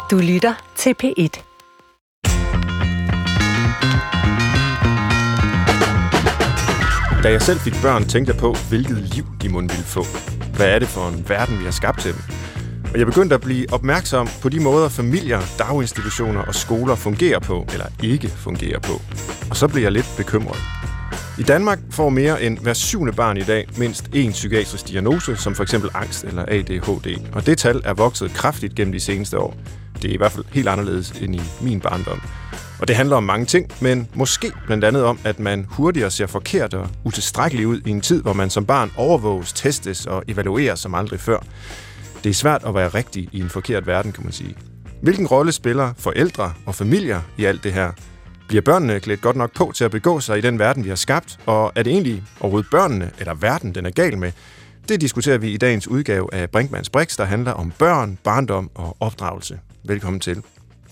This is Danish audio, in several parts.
Du lytter til P1. Da jeg selv fik børn, tænkte jeg på, hvilket liv de måtte ville få. Hvad er det for en verden, vi har skabt til dem? Og jeg begyndte at blive opmærksom på de måder, familier, daginstitutioner og skoler fungerer på, eller ikke fungerer på. Og så blev jeg lidt bekymret. I Danmark får mere end hver 7. barn i dag mindst én psykiatrisk diagnose, som f.eks. angst eller ADHD. Og det tal er vokset kraftigt gennem de seneste år. Det er i hvert fald helt anderledes end i min barndom. Og det handler om mange ting, men måske blandt andet om, at man hurtigere ser forkert og utilstrækkelig ud i en tid, hvor man som barn overvåges, testes og evalueres som aldrig før. Det er svært at være rigtig i en forkert verden, kan man sige. Hvilken rolle spiller forældre og familier i alt det her? Bliver børnene klædt godt nok på til at begå sig i den verden, vi har skabt? Og er det egentlig overhovedet børnene eller verden, den er gal med? Det diskuterer vi i dagens udgave af Brinkmanns Brix, der handler om børn, barndom og opdragelse. Velkommen til.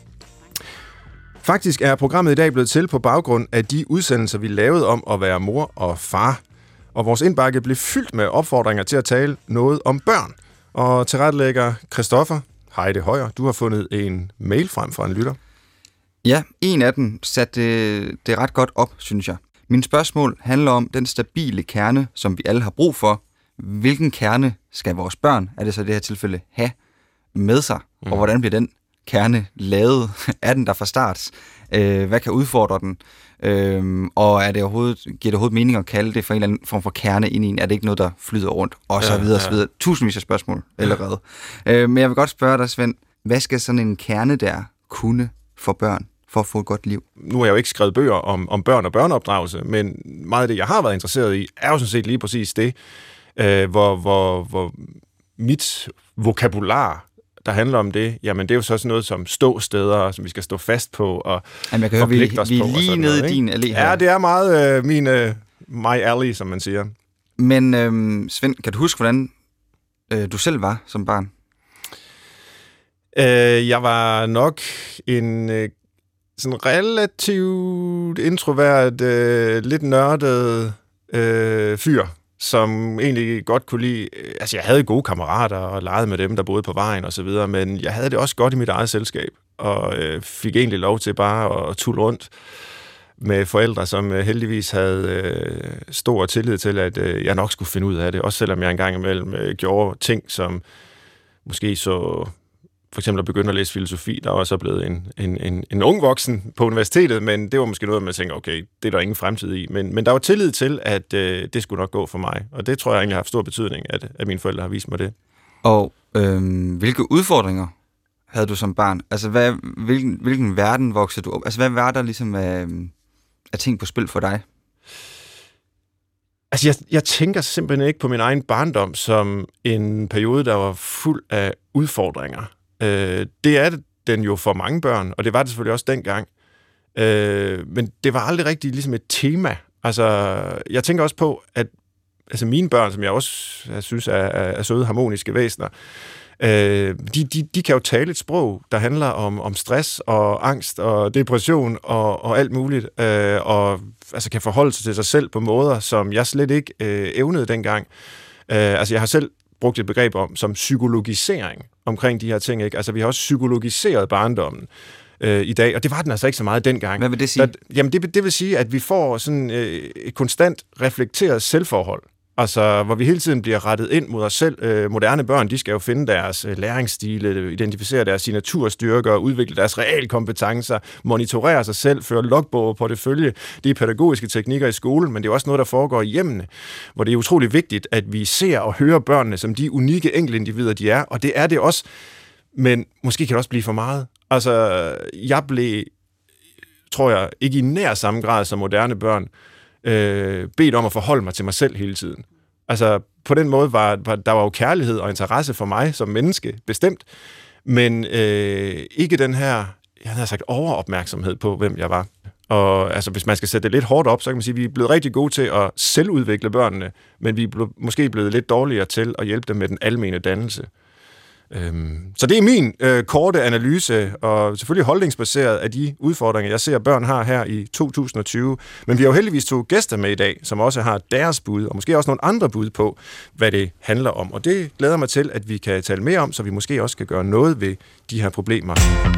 Faktisk er programmet i dag blevet til på baggrund af de udsendelser, vi lavede om at være mor og far. Og vores indbakke blev fyldt med opfordringer til at tale noget om børn. Og tilrettelægger Christoffer Heide Højer, du har fundet en mail frem fra en lytter. Ja, en af dem satte det ret godt op, synes jeg. Mine spørgsmål handler om den stabile kerne, som vi alle har brug for. Hvilken kerne skal vores børn, er det så i det her tilfælde, have med sig? Og hvordan bliver den kerne lavet? Er den der fra start? Hvad kan udfordre den? Og giver det overhovedet mening at kalde det for en eller anden form for kerne ind i en? Er det ikke noget, der flyder rundt? Og så videre, så videre. Tusindvis af spørgsmål allerede. Men jeg vil godt spørge dig, Svend, hvad skal sådan en kerne der kunne for børn, for at få et godt liv? Nu har jeg jo ikke skrevet bøger om børn og børneopdragelse, men meget af det, jeg har været interesseret i, er jo sådan set lige præcis det, hvor mit vokabular, der handler om det, jamen det er jo så sådan noget som ståsteder, som vi skal stå fast på og forpligte os på. Vi er lige nede i din allé her. Ja, det er meget my alley, som man siger. Men Svend, kan du huske, hvordan du selv var som barn? Jeg var nok en sådan relativt introvert, lidt nørdet fyr, som egentlig godt kunne lide. Altså, jeg havde gode kammerater og legede med dem, der boede på vejen og så videre, men jeg havde det også godt i mit eget selskab, og fik egentlig lov til bare at tulle rundt med forældre, som heldigvis havde stor tillid til, at jeg nok skulle finde ud af det, også selvom jeg engang imellem gjorde ting, som måske så for eksempel at begynde at læse filosofi, der var så blevet en ung voksen på universitetet, men det var måske noget, man tænker, okay, det er der ingen fremtid i. Men der var tillid til, at det skulle nok gå for mig, og det tror jeg egentlig har haft stor betydning, at mine forældre har vist mig det. Og hvilke udfordringer havde du som barn? Altså, hvilken verden voksede du op? Altså, hvad var der ligesom af ting på spil for dig? Altså, jeg tænker simpelthen ikke på min egen barndom som en periode, der var fuld af udfordringer. Det er den jo for mange børn, og det var det selvfølgelig også dengang. Men det var aldrig rigtig ligesom et tema. Altså, jeg tænker også på, at altså mine børn, som jeg også synes er søde, harmoniske væsener, de kan jo tale et sprog, der handler om stress og angst og depression og alt muligt, og altså kan forholde sig til sig selv på måder, som jeg slet ikke evnede dengang. Altså, jeg har selv brugt et begreb som psykologisering omkring de her ting, ikke? Altså, vi har også psykologiseret barndommen i dag, og det var den altså ikke så meget dengang. Hvad vil det sige? Jamen, det vil sige, at vi får sådan et konstant reflekteret selvforhold. Altså, hvor vi hele tiden bliver rettet ind mod os selv. Moderne børn, de skal jo finde deres læringsstile, identificere deres signaturstyrker, udvikle deres realkompetencer, monitorere sig selv, føre logbog på det følge. Det er pædagogiske teknikker i skolen, men det er også noget, der foregår i hjemmene, hvor det er utrolig vigtigt, at vi ser og hører børnene som de unikke enkeltindivider, de er, og det er det også, men måske kan det også blive for meget. Altså, jeg blev, tror jeg, ikke i nær samme grad som moderne børn, bedt om at forholde mig til mig selv hele tiden. Altså, på den måde var der jo kærlighed og interesse for mig som menneske, bestemt, men ikke den her, jeg havde sagt, overopmærksomhed på, hvem jeg var. Og altså, hvis man skal sætte det lidt hårdt op, så kan man sige, at vi er blevet rigtig gode til at selvudvikle børnene, men vi er måske blevet lidt dårligere til at hjælpe dem med den almene dannelse. Så det er min korte analyse, og selvfølgelig holdningsbaseret af de udfordringer, jeg ser børn har her i 2020. Men vi har jo heldigvis 2 gæster med i dag, som også har deres bud, og måske også nogle andre bud på, hvad det handler om. Og det glæder mig til, at vi kan tale mere om, så vi måske også kan gøre noget ved de her problemer.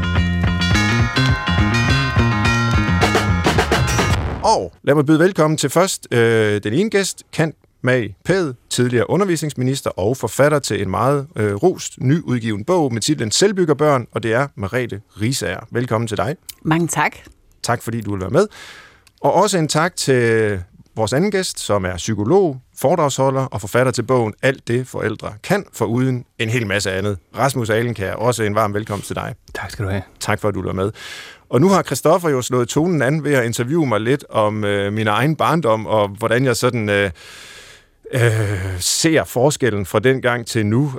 Og lad mig byde velkommen til først den ene gæst, Kant Mag Ped, tidligere undervisningsminister og forfatter til en meget rost, nyudgiven bog med titlen Selvbyggerbørn, og det er Merete Riisager. Velkommen til dig. Mange tak. Tak fordi du vil være med. Og også en tak til vores anden gæst, som er psykolog, foredragsholder og forfatter til bogen Alt det forældre kan, foruden en hel masse andet. Rasmus Alenkær, også en varm velkomst til dig. Tak skal du have. Tak for, at du er med. Og nu har Christoffer jo slået tonen an ved at interviewe mig lidt om min egen barndom, og hvordan jeg sådan ser forskellen fra den gang til nu.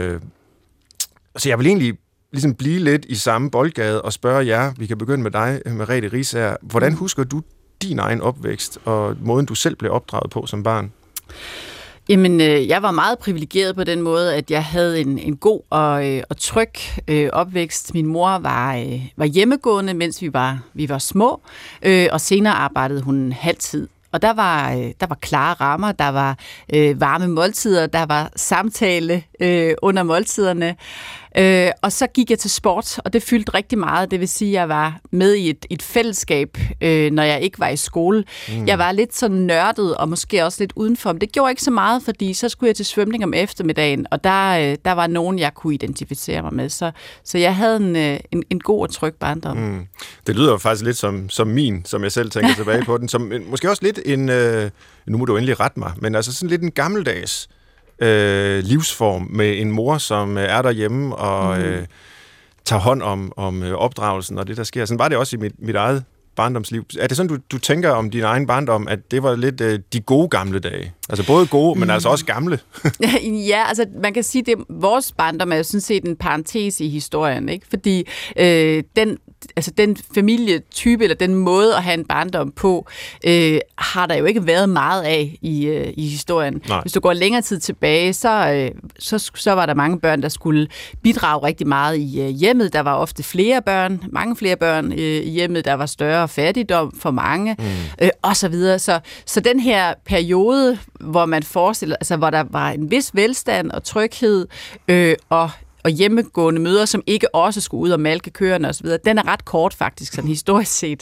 Så jeg vil egentlig ligesom blive lidt i samme boldgade og spørge jer, vi kan begynde med dig, Merete Riisager. Hvordan husker du din egen opvækst og måden, du selv blev opdraget på som barn? Jamen, jeg var meget privilegeret på den måde, at jeg havde en god og tryg opvækst. Min mor var hjemmegående, mens vi var små, og senere arbejdede hun halvtid. Og der var klare rammer, der var varme måltider, der var samtale under måltiderne. Og så gik jeg til sport, og det fyldte rigtig meget. Det vil sige, at jeg var med i et fællesskab, når jeg ikke var i skole. Jeg var lidt så nørdet, og måske også lidt udenfor. Men det gjorde ikke så meget, fordi så skulle jeg til svømning om eftermiddagen, og der var nogen, jeg kunne identificere mig med. Så jeg havde en god og tryg barndom. Det lyder jo faktisk lidt som jeg selv tænker tilbage på den. Som måske også lidt en, nu må du endelig rette mig, men altså sådan lidt en gammeldags livsform med en mor, som er derhjemme og tager hånd om opdragelsen og det, der sker. Sådan var det også i mit eget barndomsliv. Er det sådan, du tænker om din egen barndom, at det var lidt de gode gamle dage? Altså både gode, men altså også gamle? Ja, altså man kan sige, at vores barndom er jo sådan set en parentes i historien, ikke? Fordi den familietype, eller den måde at have en barndom på, har der jo ikke været meget af i historien. Nej. Hvis du går længere tid tilbage, så var der mange børn, der skulle bidrage rigtig meget i hjemmet. Der var ofte mange flere børn i hjemmet. Der var større fattigdom for mange, og så videre. Så den her periode, hvor man forestiller, altså hvor der var en vis velstand og tryghed, og hjemmegående mødre, som ikke også skulle ud og malke køerne osv., den er ret kort faktisk, sådan historisk set.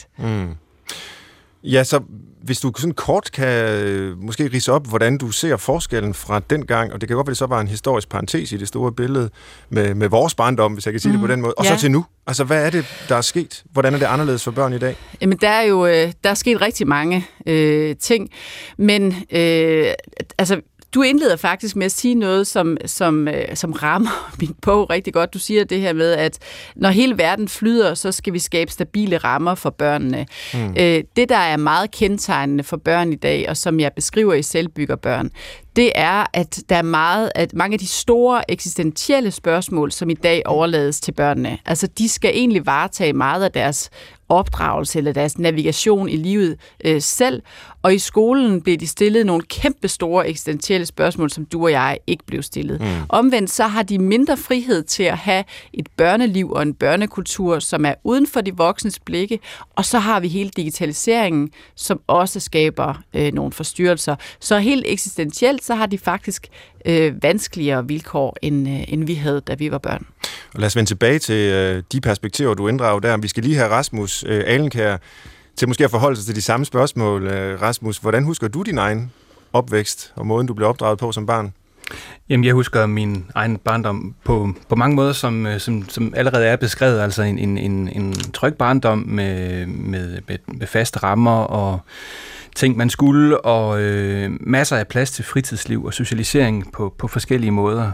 Ja, så hvis du sådan kort kan måske ridse op, hvordan du ser forskellen fra den gang, og det kan godt være, det så var en historisk parentes i det store billede med vores barndom, hvis jeg kan sige det på den måde, og så til nu. Altså, hvad er det, der er sket? Hvordan er det anderledes for børn i dag? Jamen, der er sket rigtig mange ting, men altså, du indleder faktisk med at sige noget, som rammer min bog rigtig godt. Du siger det her med, at når hele verden flyder, så skal vi skabe stabile rammer for børnene. Det, der er meget kendetegnende for børn i dag, og som jeg beskriver i Selvbyggerbørn, det er, at der er at mange af de store eksistentielle spørgsmål, som i dag overlades til børnene, altså de skal egentlig varetage meget af deres opdragelse eller deres navigation i livet selv, og i skolen blev de stillet nogle kæmpe store eksistentielle spørgsmål, som du og jeg ikke blev stillet. Omvendt så har de mindre frihed til at have et børneliv og en børnekultur, som er uden for de voksnes blikke, og så har vi hele digitaliseringen, som også skaber nogle forstyrrelser. Så helt eksistentielt, så har de faktisk vanskeligere vilkår, end vi havde, da vi var børn. Og lad os vende tilbage til de perspektiver, du inddrager der. Vi skal lige have Rasmus Alenkær til måske at forholde sig til de samme spørgsmål. Rasmus, hvordan husker du din egen opvækst og måden, du blev opdraget på som barn? Jamen, jeg husker min egen barndom på mange måder, som allerede er beskrevet. Altså en tryg barndom med faste rammer og ting, man skulle, og masser af plads til fritidsliv og socialisering på forskellige måder.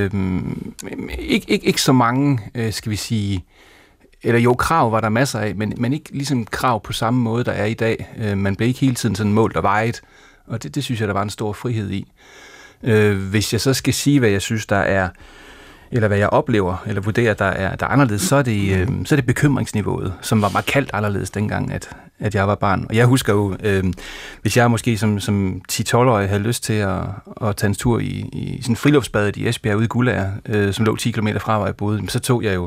Ikke så mange, skal vi sige, eller jo, krav var der masser af, men ikke ligesom krav på samme måde, der er i dag. Man blev ikke hele tiden sådan målt og vejet, og det synes jeg, der var en stor frihed i. Hvis jeg så skal sige, hvad jeg synes, der er, eller hvad jeg oplever, eller vurderer, der er anderledes, så er det bekymringsniveauet, som var markant anderledes dengang, at jeg var barn. Og jeg husker jo, hvis jeg måske som 10-12-årig havde lyst til at tage en tur i sådan friluftsbadet i Esbjerg ude i Guldager, som lå 10 km fra, hvor jeg boede, så tog jeg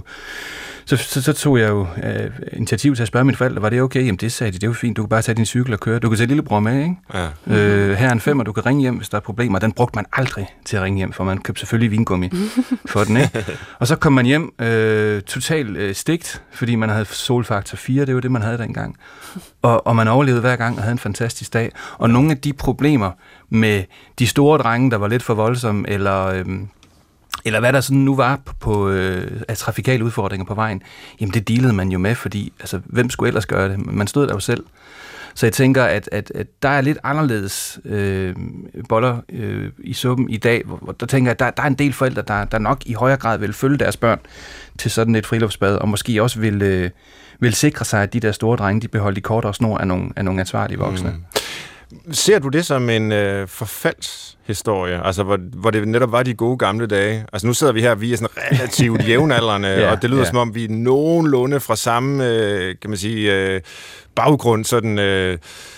jo initiativ til at spørge mine forældre, var det okay? Jamen det sagde de, det er jo fint, du kan bare tage din cykel og køre. Du kan tage lillebror med, ikke? Ja. Her er en 5, og du kan ringe hjem, hvis der er problemer. Den brugte man aldrig til at ringe hjem, for man købte selvfølgelig vingummi for den, ikke? Og så kom man hjem totalt stigt, fordi man havde solfaktor 4, det var det, man havde dengang. Og man overlevede hver gang og havde en fantastisk dag. Og nogle af de problemer med de store drenge, der var lidt for voldsomme, eller hvad der sådan nu var på af trafikale udfordringer på vejen, jamen det dealede man jo med, fordi altså, hvem skulle ellers gøre det? Man stod der jo selv. Så jeg tænker, at der er lidt anderledes boller i suppen i dag, hvor der tænker jeg, at der er en del forældre, der nok i højere grad vil følge deres børn til sådan et friluftsbad, og måske også vil sikre sig, at de der store drenge, de beholder de kortere snor af nogle ansvarlige voksne. Ser du det som en forfaldshistorie, altså hvor det netop var de gode gamle dage? Altså nu sidder vi her, vi er sådan relativt jævnaldrende, ja, og det lyder som om, vi er nogenlunde fra samme, kan man sige, baggrund, sådan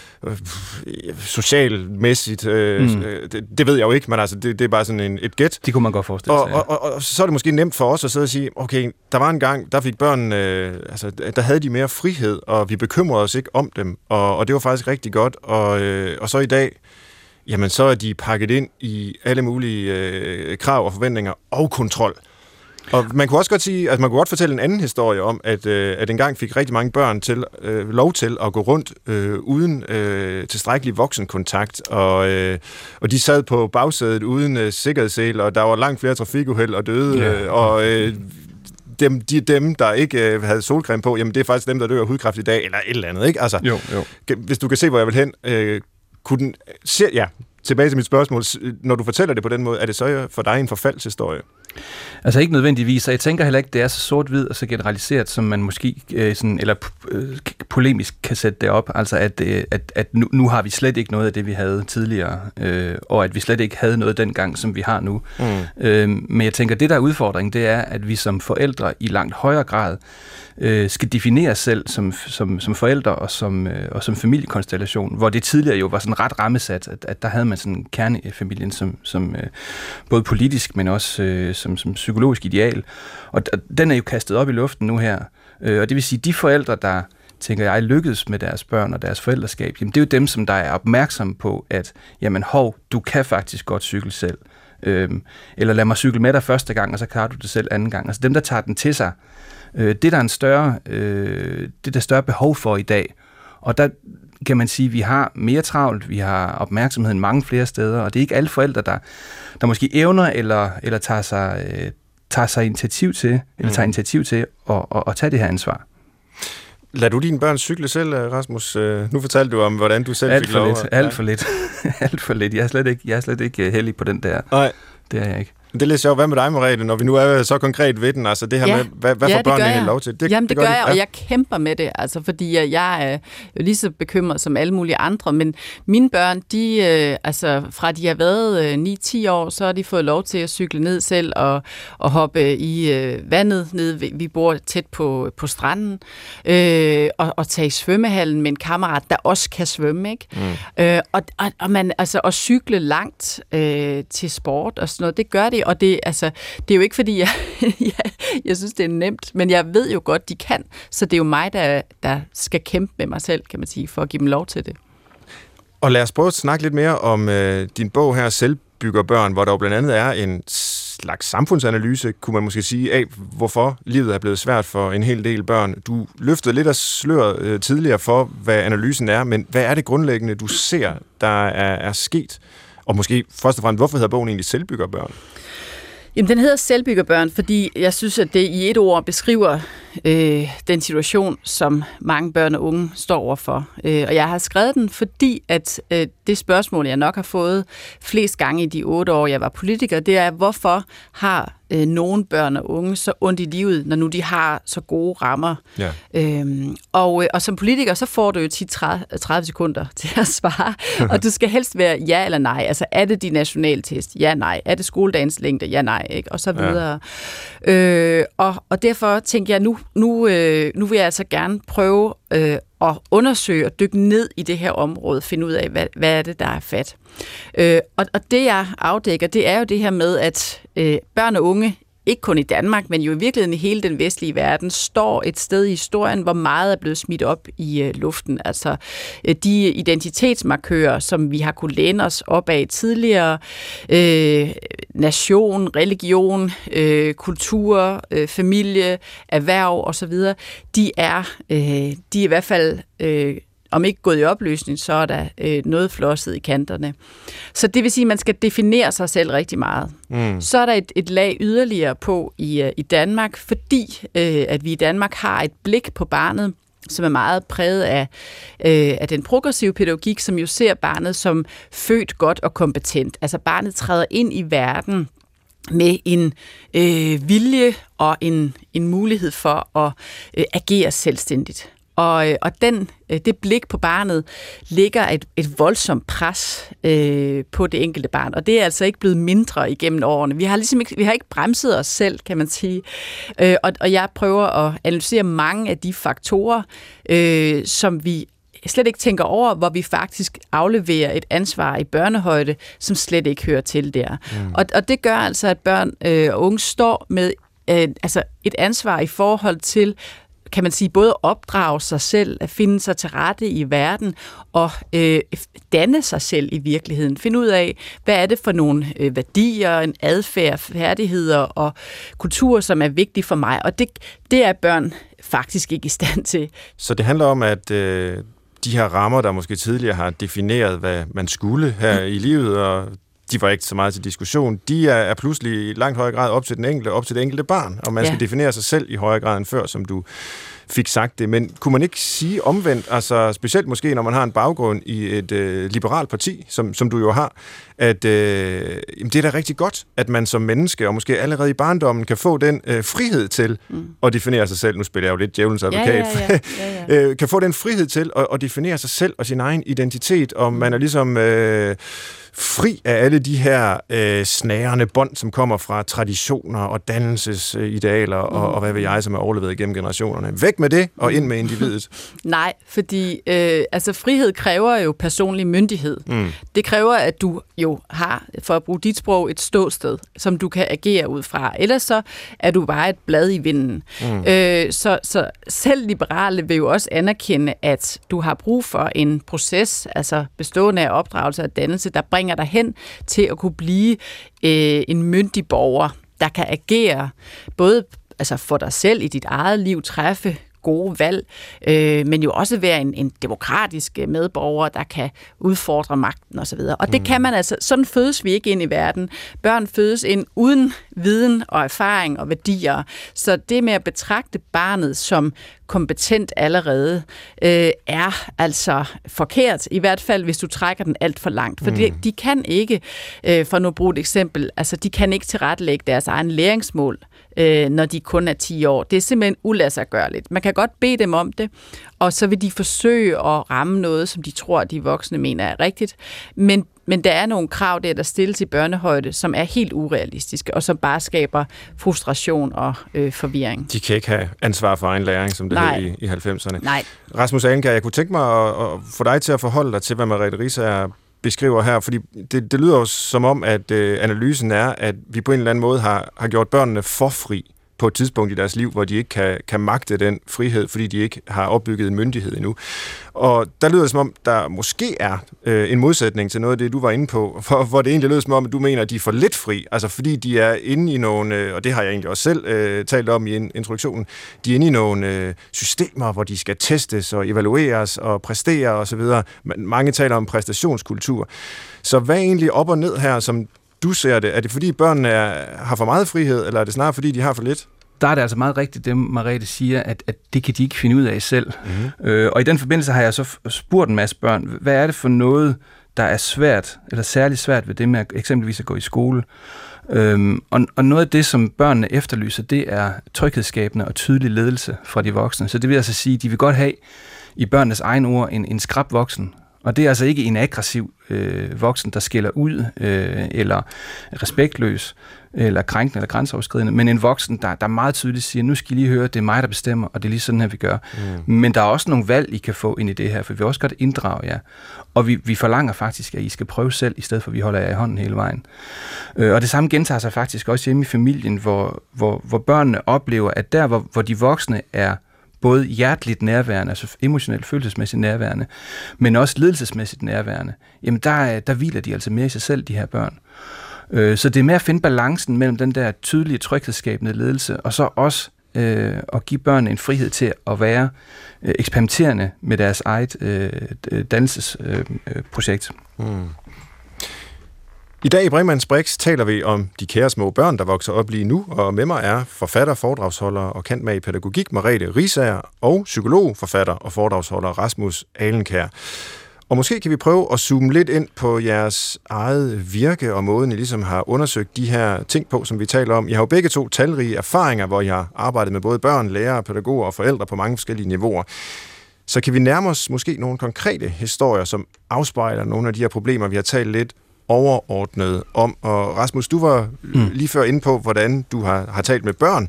socialmæssigt. Det ved jeg jo ikke, men altså, det er bare sådan et gæt. Det kunne man godt forestille sig, og så er det måske nemt for os at sidde og sige, okay, der var en gang, der fik børn, altså, der havde de mere frihed, og vi bekymrede os ikke om dem, og det var faktisk rigtig godt, og så i dag, jamen så er de pakket ind i alle mulige krav og forventninger og kontrol. Og man kunne også godt sige, altså man kunne godt fortælle en anden historie om, at engang fik rigtig mange børn lov til at gå rundt uden tilstrækkelig voksenkontakt, og de sad på bagsædet uden sikkerhedssel, og der var langt flere trafikuheld og døde, og dem, der ikke havde solcreme på, jamen det er faktisk dem, der dør af hudkræft i dag, eller et eller andet, ikke? Altså, jo. Hvis du kan se, hvor jeg vil hen, tilbage til mit spørgsmål, når du fortæller det på den måde, er det så for dig en forfaldshistorie? Altså ikke nødvendigvis, og jeg tænker heller ikke, det er så sort-hvid og så generaliseret, som man måske polemisk kan sætte det op. Altså at nu har vi slet ikke noget af det, vi havde tidligere, og at vi slet ikke havde noget dengang, som vi har nu. Men jeg tænker, det der er udfordringen, det er, at vi som forældre i langt højere grad skal definere os selv som forældre og som familiekonstellation, hvor det tidligere jo var sådan ret rammesat, at der havde man sådan kernefamilien som både politisk, men også som psykologisk ideal. Og den er jo kastet op i luften nu her. Og det vil sige, de forældre, der tænker jeg lykkedes med deres børn og deres forældreskab, jamen det er jo dem, som der er opmærksomme på, at jamen du kan faktisk godt cykle selv. Eller lad mig cykle med dig første gang, og så klarer du det selv anden gang. Altså dem, der tager den til sig, det er der større behov for i dag. Og der kan man sige, at vi har mere travlt, vi har opmærksomheden mange flere steder, og det er ikke alle forældre, der måske evner eller tager sig initiativ til, eller tager initiativ til at tage det her ansvar. Lader du dine børn cykle selv, Rasmus? Nu fortalte du om, hvordan du selv fik lov. Alt for lidt. Jeg er slet ikke heldig på den der. Nej. Det er jeg ikke. Det er lidt sjovt. Hvad med dig, Merete, når vi nu er så konkret ved den? Altså det her med, hvad får børnene egentlig lov til? Det gør jeg, og jeg kæmper med det, altså fordi jeg er jo lige så bekymret som alle mulige andre, men mine børn, de, altså fra de har været 9-10 år, så har de fået lov til at cykle ned selv og hoppe i vandet ned. Vi bor tæt på stranden, og tage i svømmehallen med en kammerat, der også kan svømme, ikke? Og man, altså at cykle langt til sport og sådan noget, det gør det. Og det er jo ikke fordi, jeg synes, det er nemt, men jeg ved jo godt, de kan. Så det er jo mig, der skal kæmpe med mig selv, kan man sige, for at give dem lov til det. Og lad os prøve at snakke lidt mere om din bog her, Selvbyggerbørn, hvor der jo blandt andet er en slags samfundsanalyse, kunne man måske sige, af hvorfor livet er blevet svært for en hel del børn. Du løftede lidt af sløret tidligere for, hvad analysen er, men hvad er det grundlæggende, du ser, der er sket? Og måske først og fremmest, hvorfor hedder bogen egentlig Selvbyggerbørn? Jamen, den hedder Selvbyggerbørn, fordi jeg synes, at det i et ord beskriver den situation, som mange børn og unge står overfor. Og jeg har skrevet den, fordi at det spørgsmål, jeg nok har fået flest gange i de 8 år, jeg var politiker, det er, hvorfor har nogle børn og unge så ondt i livet, når nu de har så gode rammer. Ja. Og som politiker, så får du jo 10-30 sekunder til at svare, og du skal helst være ja eller nej. Altså, er det de nationaltest? Ja, nej. Er det skoledagens længde? Ja, nej. Ikke? Og så videre. Ja. Og derfor tænker jeg, nu vil jeg altså gerne prøve at undersøge og dykke ned i det her område, finde ud af, hvad er det, der er fat. Og det, jeg afdækker, det er jo det her med, at børn og unge, ikke kun i Danmark, men jo i virkeligheden i hele den vestlige verden, står et sted i historien, hvor meget er blevet smidt op i luften. Altså de identitetsmarkører, som vi har kunne læne os op af tidligere, nation, religion, kultur, familie, erhverv osv., de er i hvert fald om ikke gået i opløsning, så er der noget flosset i kanterne. Så det vil sige, at man skal definere sig selv rigtig meget. Så er der et lag yderligere på i Danmark, fordi at vi i Danmark har et blik på barnet, som er meget præget af den progressive pædagogik, som jo ser barnet som født godt og kompetent. Altså barnet træder ind i verden med en vilje og en mulighed for at agere selvstændigt. Og det blik på barnet ligger et voldsomt pres på det enkelte barn, og det er altså ikke blevet mindre igennem årene. Vi har ikke bremset os selv, kan man sige. Og jeg prøver at analysere mange af de faktorer, som vi slet ikke tænker over, hvor vi faktisk afleverer et ansvar i børnehøjde, som slet ikke hører til der. Og det gør altså, at børn og unge står med et ansvar i forhold til, kan man sige, både at opdrage sig selv, at finde sig til rette i verden, og danne sig selv i virkeligheden. Finde ud af, hvad er det for nogle værdier, en adfærd, færdigheder og kultur, som er vigtige for mig. Og det er børn faktisk ikke i stand til. Så det handler om, at de her rammer, der måske tidligere har defineret, hvad man skulle her i livet, og de var ikke så meget til diskussion, de er pludselig i langt højere grad op til det enkelte barn, og man skal definere sig selv i højere grad end før, som du fik sagt det. Men kunne man ikke sige omvendt, altså specielt måske, når man har en baggrund i et liberalt parti, som du jo har, at det er da rigtig godt, at man som menneske, og måske allerede i barndommen, kan få den frihed til at definere sig selv. Nu spiller jeg jo lidt djævelens advokat. Ja. Kan få den frihed til at definere sig selv og sin egen identitet, og man er ligesom fri af alle de her snærende bånd, som kommer fra traditioner og dannelsesidealer og hvad ved jeg, som er overlevet igennem generationerne. Væk med det, og ind med individet. Nej, fordi frihed kræver jo personlig myndighed. Det kræver, at du jo har, for at bruge dit sprog, et ståsted, som du kan agere ud fra. Ellers så er du bare et blad i vinden. Så selv liberale vil jo også anerkende, at du har brug for en proces, altså bestående af opdragelse og dannelse, der bringer dig hen til at kunne blive en myndig borger, der kan agere både for dig selv i dit eget liv, træffe gode valg, men jo også være en demokratisk medborger, der kan udfordre magten osv. Og det kan man altså, sådan fødes vi ikke ind i verden. Børn fødes ind uden viden og erfaring og værdier. Så det med at betragte barnet som kompetent allerede, er altså forkert, i hvert fald hvis du trækker den alt for langt. For de kan ikke, for nu at bruge et eksempel, de kan ikke tilrettelægge deres egen læringsmål, når de kun er 10 år. Det er simpelthen uladsiggørligt. Man kan godt bede dem om det, og så vil de forsøge at ramme noget, som de tror, de voksne mener er rigtigt. Men der er nogle krav der stilles i børnehøjde, som er helt urealistiske, og som bare skaber frustration og forvirring. De kan ikke have ansvar for egen læring, som det hed i 90'erne. Nej. Rasmus Alenkær, jeg kunne tænke mig at få dig til at forholde dig til, hvad Merete Riisager beskriver her, fordi det lyder jo som om, at analysen er, at vi på en eller anden måde har gjort børnene for fri på et tidspunkt i deres liv, hvor de ikke kan magte den frihed, fordi de ikke har opbygget en myndighed endnu. Og der lyder det som om, der måske er en modsætning til noget af det, du var inde på, hvor det egentlig lyder som om, at du mener, at de er for lidt fri, altså fordi de er inde i nogle, og det har jeg egentlig også selv talt om i introduktionen, de er inde i nogle systemer, hvor de skal testes og evalueres og præstere osv. Mange taler om præstationskultur. Så hvad er egentlig op og ned her, som du ser det? Er det fordi børnene har for meget frihed, eller er det snarere fordi de har for lidt? Der er det altså meget rigtigt, det Merete siger, at det kan de ikke finde ud af selv. Og i den forbindelse har jeg så spurgt en masse børn, hvad er det for noget, der er svært, eller særligt svært ved det med eksempelvis at gå i skole? Og noget af det, som børnene efterlyser, det er tryghedsskabende og tydelig ledelse fra de voksne. Så det vil altså sige, at de vil godt have, i børnenes egen ord, en skrap voksen, Og det er altså ikke en aggressiv voksen, der skælder ud, eller respektløs, eller krænkende, eller grænseoverskridende, men en voksen, der meget tydeligt siger, nu skal I lige høre, det er mig, der bestemmer, og det er lige sådan her, vi gør. Men der er også nogle valg, I kan få ind i det her, for vi vil også godt inddrage jer. Og vi forlanger faktisk, at I skal prøve selv, i stedet for at vi holder jer i hånden hele vejen. Og det samme gentager sig faktisk også hjemme i familien, hvor børnene oplever, at der, hvor de voksne er både hjerteligt nærværende, altså emotionelt, følelsesmæssigt nærværende, men også ledelsesmæssigt nærværende, jamen der hviler de altså mere i sig selv, de her børn. Så det er med at finde balancen mellem den der tydelige tryghedsskabende ledelse, og så også at give børnene en frihed til at være eksperimenterende med deres eget dannelsesprojekt. I dag i Brinkmanns Brix taler vi om de kære små børn, der vokser op lige nu, og med mig er forfatter, foredragsholder og cand.mag i pædagogik Merete Riisager og psykolog, forfatter og foredragsholder Rasmus Alenkær. Og måske kan vi prøve at zoome lidt ind på jeres eget virke og måden, I ligesom har undersøgt de her ting på, som vi taler om. I har jo begge to talrige erfaringer, hvor I har arbejdet med både børn, lærere, pædagoger og forældre på mange forskellige niveauer. Så kan vi nærme os måske nogle konkrete historier, som afspejler nogle af de her problemer, vi har talt lidt overordnet om. Og Rasmus, du var lige før inde på, hvordan du har talt med børn,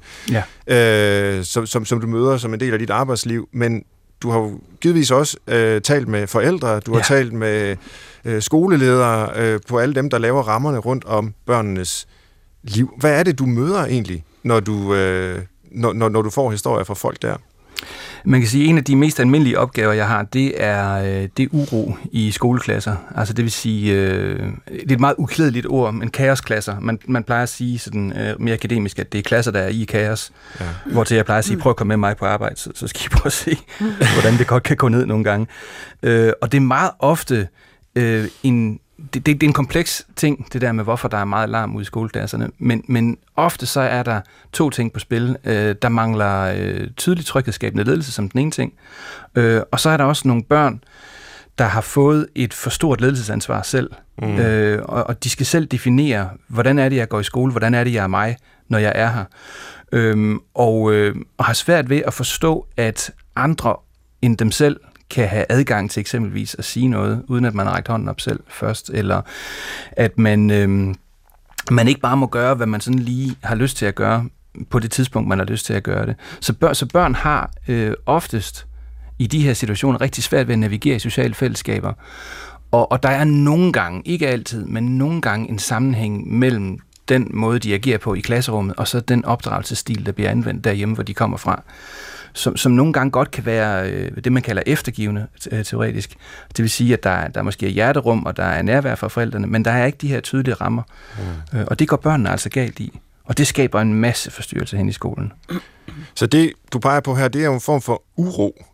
som du møder som en del af dit arbejdsliv, men du har jo givetvis også talt med forældre, du har talt med skoleledere, på alle dem, der laver rammerne rundt om børnenes liv. Hvad er det, du møder egentlig, når du får historier fra folk der? Man kan sige, at en af de mest almindelige opgaver, jeg har, det er uro i skoleklasser. Altså det vil sige, det er et meget uklædeligt ord, men kaosklasser. Man plejer at sige sådan mere akademisk, at det er klasser, der er i kaos. Ja. Hvortil jeg plejer at sige, prøv at komme med mig på arbejde, så skal I prøve at se, hvordan det godt kan gå ned nogle gange. Og det er meget ofte det er en kompleks ting, det der med, hvorfor der er meget larm ude i skoleklasserne, men ofte så er der to ting på spil. Der mangler tydelig tryghedsskabende ledelse som den ene ting, og så er der også nogle børn, der har fået et for stort ledelsesansvar selv, og de skal selv definere, hvordan er det, jeg går i skole, hvordan er det, jeg er mig, når jeg er her, og har svært ved at forstå, at andre end dem selv kan have adgang til eksempelvis at sige noget, uden at man har rækt hånden op selv først, eller at man ikke bare må gøre, hvad man sådan lige har lyst til at gøre, på det tidspunkt, man har lyst til at gøre det. Så børn har oftest i de her situationer rigtig svært ved at navigere i sociale fællesskaber. Og der er nogle gange, ikke altid, men nogle gange en sammenhæng mellem den måde, de agerer på i klasserummet, og så den opdragelsesstil, der bliver anvendt derhjemme, hvor de kommer fra. Som nogle gange godt kan være det, man kalder eftergivende teoretisk. Det vil sige, at der måske er hjerterum, og der er nærvær for forældrene, men der er ikke de her tydelige rammer. Og det går børnene altså galt i. Og det skaber en masse forstyrrelse hen i skolen. Så det, du peger på her, det er jo en form for uro,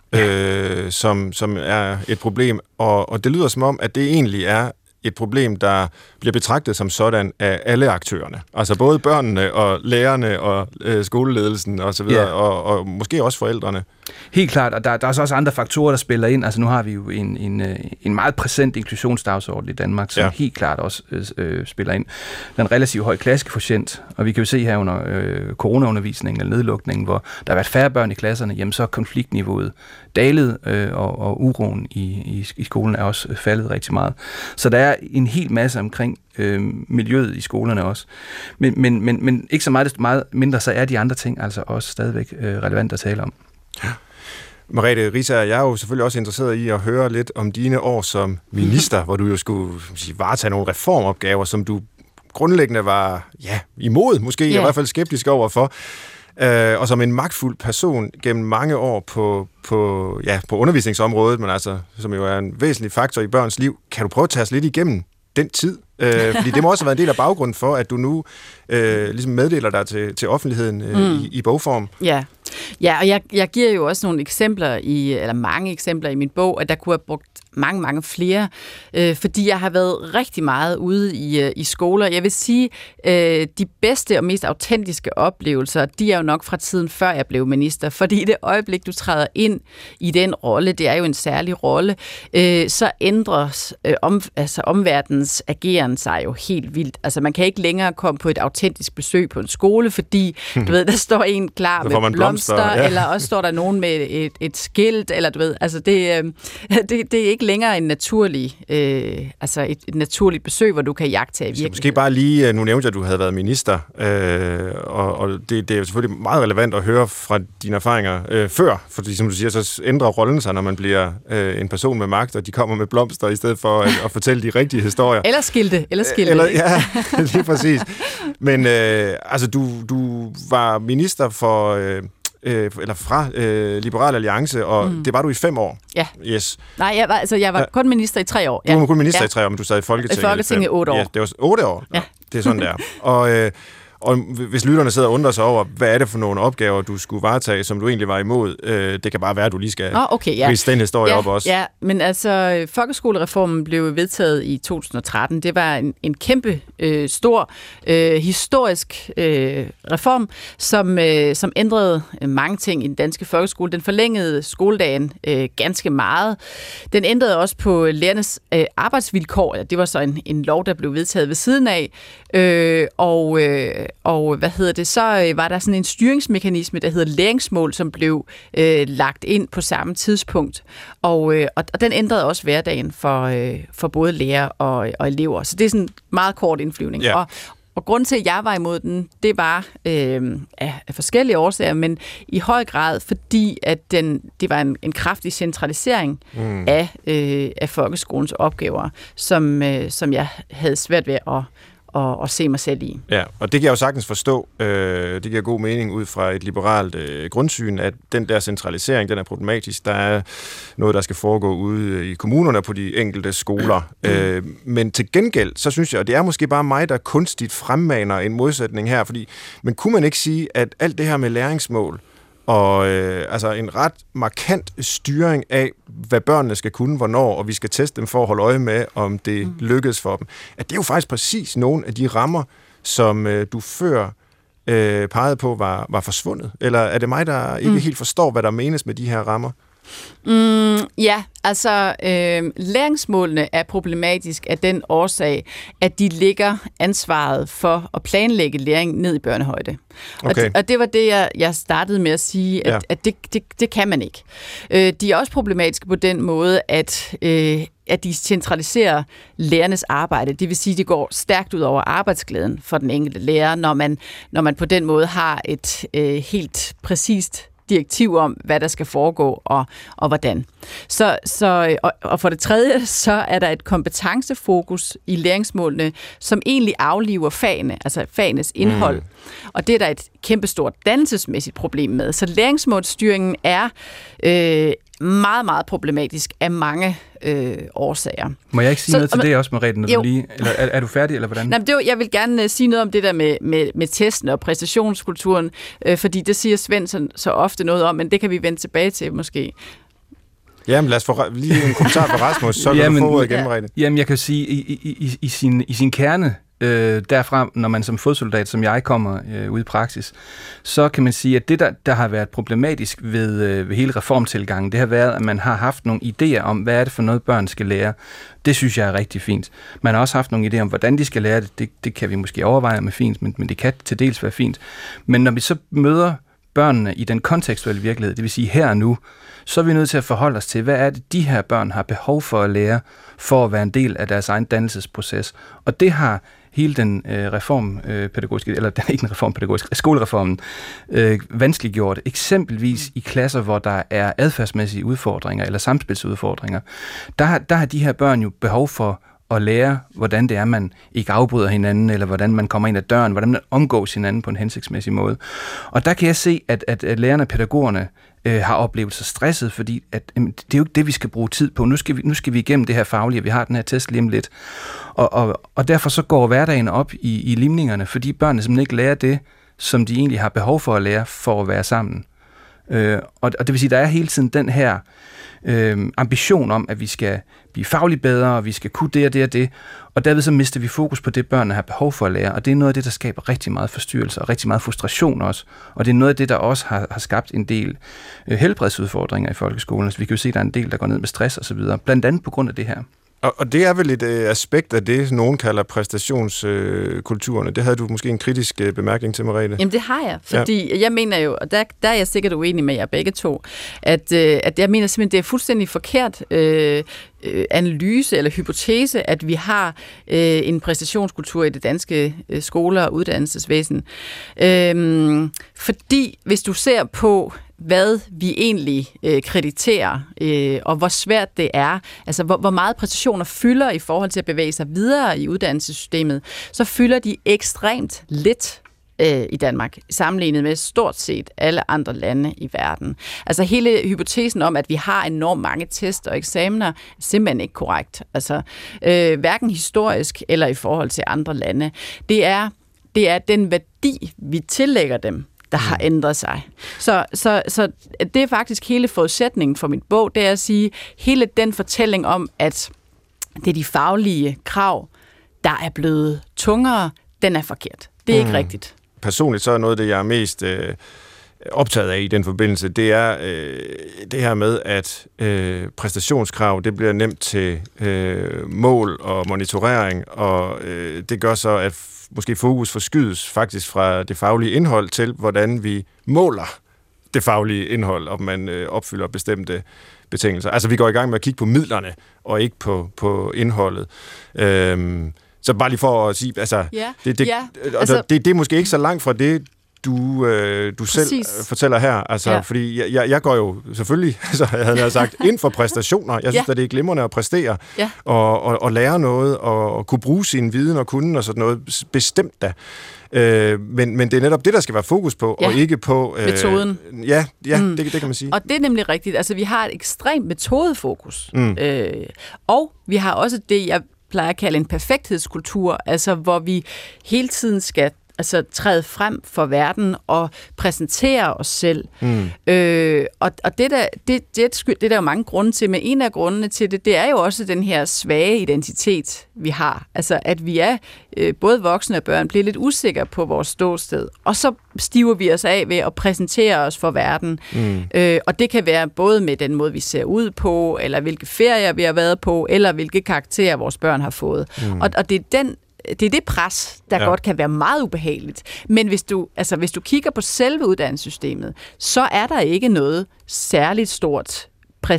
som er et problem. Og det lyder som om, at det egentlig er et problem, der bliver betragtet som sådan af alle aktørerne. Altså både børnene og lærerne og skoleledelsen og så videre, og måske også forældrene. Helt klart, og der er så også andre faktorer, der spiller ind. Altså nu har vi jo en meget præsent inklusionsdagsorden i Danmark, som helt klart også spiller ind. Den relativt høj klassekvotient, og vi kan jo se her under coronaundervisningen eller nedlukningen, hvor der har været færre børn i klasserne, jamen så er konfliktniveauet dalet, og uroen i skolen er også faldet rigtig meget. Så der er en hel masse omkring miljøet i skolerne også. Men ikke så meget mindre, så er de andre ting altså også stadigvæk relevant at tale om. Ja. Merete Riisager, jeg er jo selvfølgelig også interesseret i at høre lidt om dine år som minister, hvor du jo skulle varetage nogle reformopgaver, som du grundlæggende var imod, måske i hvert fald skeptisk overfor. Og som en magtfuld person gennem mange år på undervisningsområdet, men altså, som jo er en væsentlig faktor i børns liv. Kan du prøve at tage os lidt igennem den tid? Fordi det må også have været en del af baggrunden for, at du nu ligesom meddeler dig til offentligheden i bogform. Ja, og jeg giver jo også nogle eksempler eller mange eksempler i min bog, at der kunne have brugt mange flere, fordi jeg har været rigtig meget ude i skoler. Jeg vil sige, de bedste og mest autentiske oplevelser, de er jo nok fra tiden før jeg blev minister, fordi det øjeblik, du træder ind i den rolle, det er jo en særlig rolle, så ændres omverdenens ageren sig jo helt vildt. Altså man kan ikke længere komme på et autentisk besøg på en skole, fordi du ved, der står en klar med blomster, eller også står der nogen med et skilt, eller du ved, altså det er ikke længere en naturlig, altså et naturligt besøg, hvor du kan jagtage virkeligheden. Måske bare lige, nu nævnte jeg, at du havde været minister, og det er jo selvfølgelig meget relevant at høre fra dine erfaringer før, fordi som du siger, så ændrer rollen sig, når man bliver en person med magt, og de kommer med blomster i stedet for at fortælle de rigtige historier. Eller skilte. Ja, lige præcis. Men altså, du var minister for... eller fra Liberal Alliance, og det var du i 5 år. Ja. Yes. Nej, jeg var kun minister i 3 år. Ja. Du var kun minister i 3 år, men du sad i Folketinget. I Folketinget i 8 år. Ja, det var 8 år. Ja. Det er sådan, der. Og hvis lytterne sidder og undrer sig over, hvad er det for nogle opgaver, du skulle varetage, som du egentlig var imod, det kan bare være, at du lige skal ridse den historie op også. Ja, men altså, folkeskolereformen blev vedtaget i 2013. Det var en kæmpe, stor, historisk reform, som ændrede mange ting i den danske folkeskole. Den forlængede skoledagen ganske meget. Den ændrede også på lærernes arbejdsvilkår. Det var så en lov, der blev vedtaget ved siden af. Så var der sådan en styringsmekanisme, der hedder læringsmål, som blev lagt ind på samme tidspunkt. Og den ændrede også hverdagen for både lærere og elever. Så det er sådan en meget kort indflyvning. Ja. Og grunden til, at jeg var imod den, det var af forskellige årsager, men i høj grad fordi, at det var en kraftig centralisering af folkeskolens opgaver, som jeg havde svært ved at se mig selv i. Ja, og det kan jeg jo sagtens forstå. Det giver god mening ud fra et liberalt grundsyn, at den der centralisering, den er problematisk. Der er noget, der skal foregå ude i kommunerne på de enkelte skoler. Men til gengæld, så synes jeg, og det er måske bare mig, der kunstigt fremmaner en modsætning her, men kunne man ikke sige, at alt det her med læringsmål, og altså en ret markant styring af, hvad børnene skal kunne, hvornår, og vi skal teste dem for at holde øje med, om det lykkes for dem. At det er jo faktisk præcis nogle af de rammer, som du før pegede på var forsvundet. Eller er det mig, der ikke helt forstår, hvad der menes med de her rammer? Ja, altså læringsmålene er problematisk af den årsag, at de lægger ansvaret for at planlægge læring ned i børnehøjde. Okay. Og det var det, jeg startede med at sige, at det kan man ikke. De er også problematiske på den måde, at de centraliserer lærernes arbejde. Det vil sige, at det går stærkt ud over arbejdsglæden for den enkelte lærer, når man på den måde har et helt præcist direktiv om, hvad der skal foregå og hvordan. Og for det tredje, så er der et kompetencefokus i læringsmålene, som egentlig afliver fagene, altså fagenes indhold. Og det er der et kæmpestort dannelsesmæssigt problem med. Så læringsmålsstyringen er meget, meget problematisk af mange årsager. Må jeg ikke sige noget til det også, Merete, når du lige... Eller er du færdig, eller hvordan? Nej, jeg vil gerne sige noget om det der med testen og præstationskulturen, fordi det siger Svend så ofte noget om, men det kan vi vende tilbage til måske. Jamen lad os få lige en kommentar fra Rasmus, så kan du få ordet igen, Merete. Jamen jeg kan sige, i sin kerne, derfra, når man som fodsoldat, som jeg kommer ud i praksis, så kan man sige, at det, der har været problematisk ved hele reformtilgangen, det har været, at man har haft nogle idéer om, hvad er det for noget, børn skal lære. Det synes jeg er rigtig fint. Man har også haft nogle idéer om, hvordan de skal lære det. Det kan vi måske overveje med fint, men det kan til dels være fint. Men når vi så møder børnene i den kontekstuelle virkelighed, det vil sige her og nu, så er vi nødt til at forholde os til, hvad er det, de her børn har behov for at lære, for at være en del af deres egen dannelsesproces. Og det har hele den reformpædagogiske, eller ikke den reformpædagogiske, skolereformen vanskeliggjort. Eksempelvis i klasser, hvor der er adfærdsmæssige udfordringer, eller samspilsudfordringer. Der har de her børn jo behov for at lære, hvordan det er, man ikke afbryder hinanden, eller hvordan man kommer ind ad døren, hvordan man omgås hinanden på en hensigtsmæssig måde. Og der kan jeg se, at lærerne og pædagogerne har oplevet sig stresset, fordi at, det er jo ikke det, vi skal bruge tid på. Nu skal vi igennem det her faglige, vi har den her test lige om lidt. Og derfor så går hverdagen op i limningerne, fordi børnene simpelthen ikke lærer det, som de egentlig har behov for at lære, for at være sammen. Og det vil sige, at der er hele tiden den her ambition om, at vi skal blive fagligt bedre, og vi skal kunne det og det og det, og derved så mister vi fokus på det, børnene har behov for at lære, og det er noget af det, der skaber rigtig meget forstyrrelse, og rigtig meget frustration også, og det er noget af det, der også har skabt en del helbredsudfordringer i folkeskolen, så vi kan jo se, at der er en del, der går ned med stress og så videre, blandt andet på grund af det her. Og det er vel et aspekt af det, nogen kalder præstationskulturerne. Det havde du måske en kritisk bemærkning til, Merete. Jamen det har jeg, fordi jeg mener jo, og der er jeg sikkert uenig med jer begge to, at jeg mener simpelthen, det er fuldstændig forkert analyse eller hypotese, at vi har en præstationskultur i det danske skoler og uddannelsesvæsen. Fordi hvis du ser på, hvad vi egentlig krediterer, og hvor svært det er, altså hvor meget præstationer fylder i forhold til at bevæge sig videre i uddannelsessystemet, så fylder de ekstremt lidt i Danmark, sammenlignet med stort set alle andre lande i verden. Altså hele hypotesen om, at vi har enormt mange test og eksamener, er simpelthen ikke korrekt. Altså hverken historisk eller i forhold til andre lande. Det er den værdi, vi tillægger dem, der har ændret sig. Så det er faktisk hele forudsætningen for min bog, det er at sige, hele den fortælling om, at det er de faglige krav, der er blevet tungere, den er forkert. Det er ikke rigtigt. Personligt så er noget af det, jeg er mest optaget af i den forbindelse, det er det her med, at præstationskrav, det bliver nemt til mål og monitorering, og det gør så, at måske fokus forskydes faktisk fra det faglige indhold til, hvordan vi måler det faglige indhold, om man opfylder bestemte betingelser. Altså vi går i gang med at kigge på midlerne, og ikke på indholdet. Så bare lige for at sige, altså, det er måske ikke så langt fra det, du selv fortæller her, altså, fordi jeg går jo selvfølgelig, altså, jeg havde sagt, ind for præstationer. Jeg synes, at det er glimrende at præstere, og lære noget, og kunne bruge sin viden og kunden og sådan noget, bestemt da. Men det er netop det, der skal være fokus på, og ikke på metoden. Det kan man sige. Og det er nemlig rigtigt. Altså, vi har et ekstremt metodefokus. Og vi har også det, jeg plejer at kalde en perfekthedskultur, altså hvor vi hele tiden skal træde frem for verden og præsentere os selv. Og det er der jo mange grunde til, men en af grundene til det er jo også den her svage identitet, vi har. Altså, at vi er, både voksne og børn, bliver lidt usikre på vores ståsted, og så stiver vi os af ved at præsentere os for verden. Og det kan være både med den måde, vi ser ud på, eller hvilke ferier vi har været på, eller hvilke karakterer vores børn har fået. Og det er det pres, der godt kan være meget ubehageligt. Men hvis du kigger på selve uddannelsessystemet, så er der ikke noget særligt stort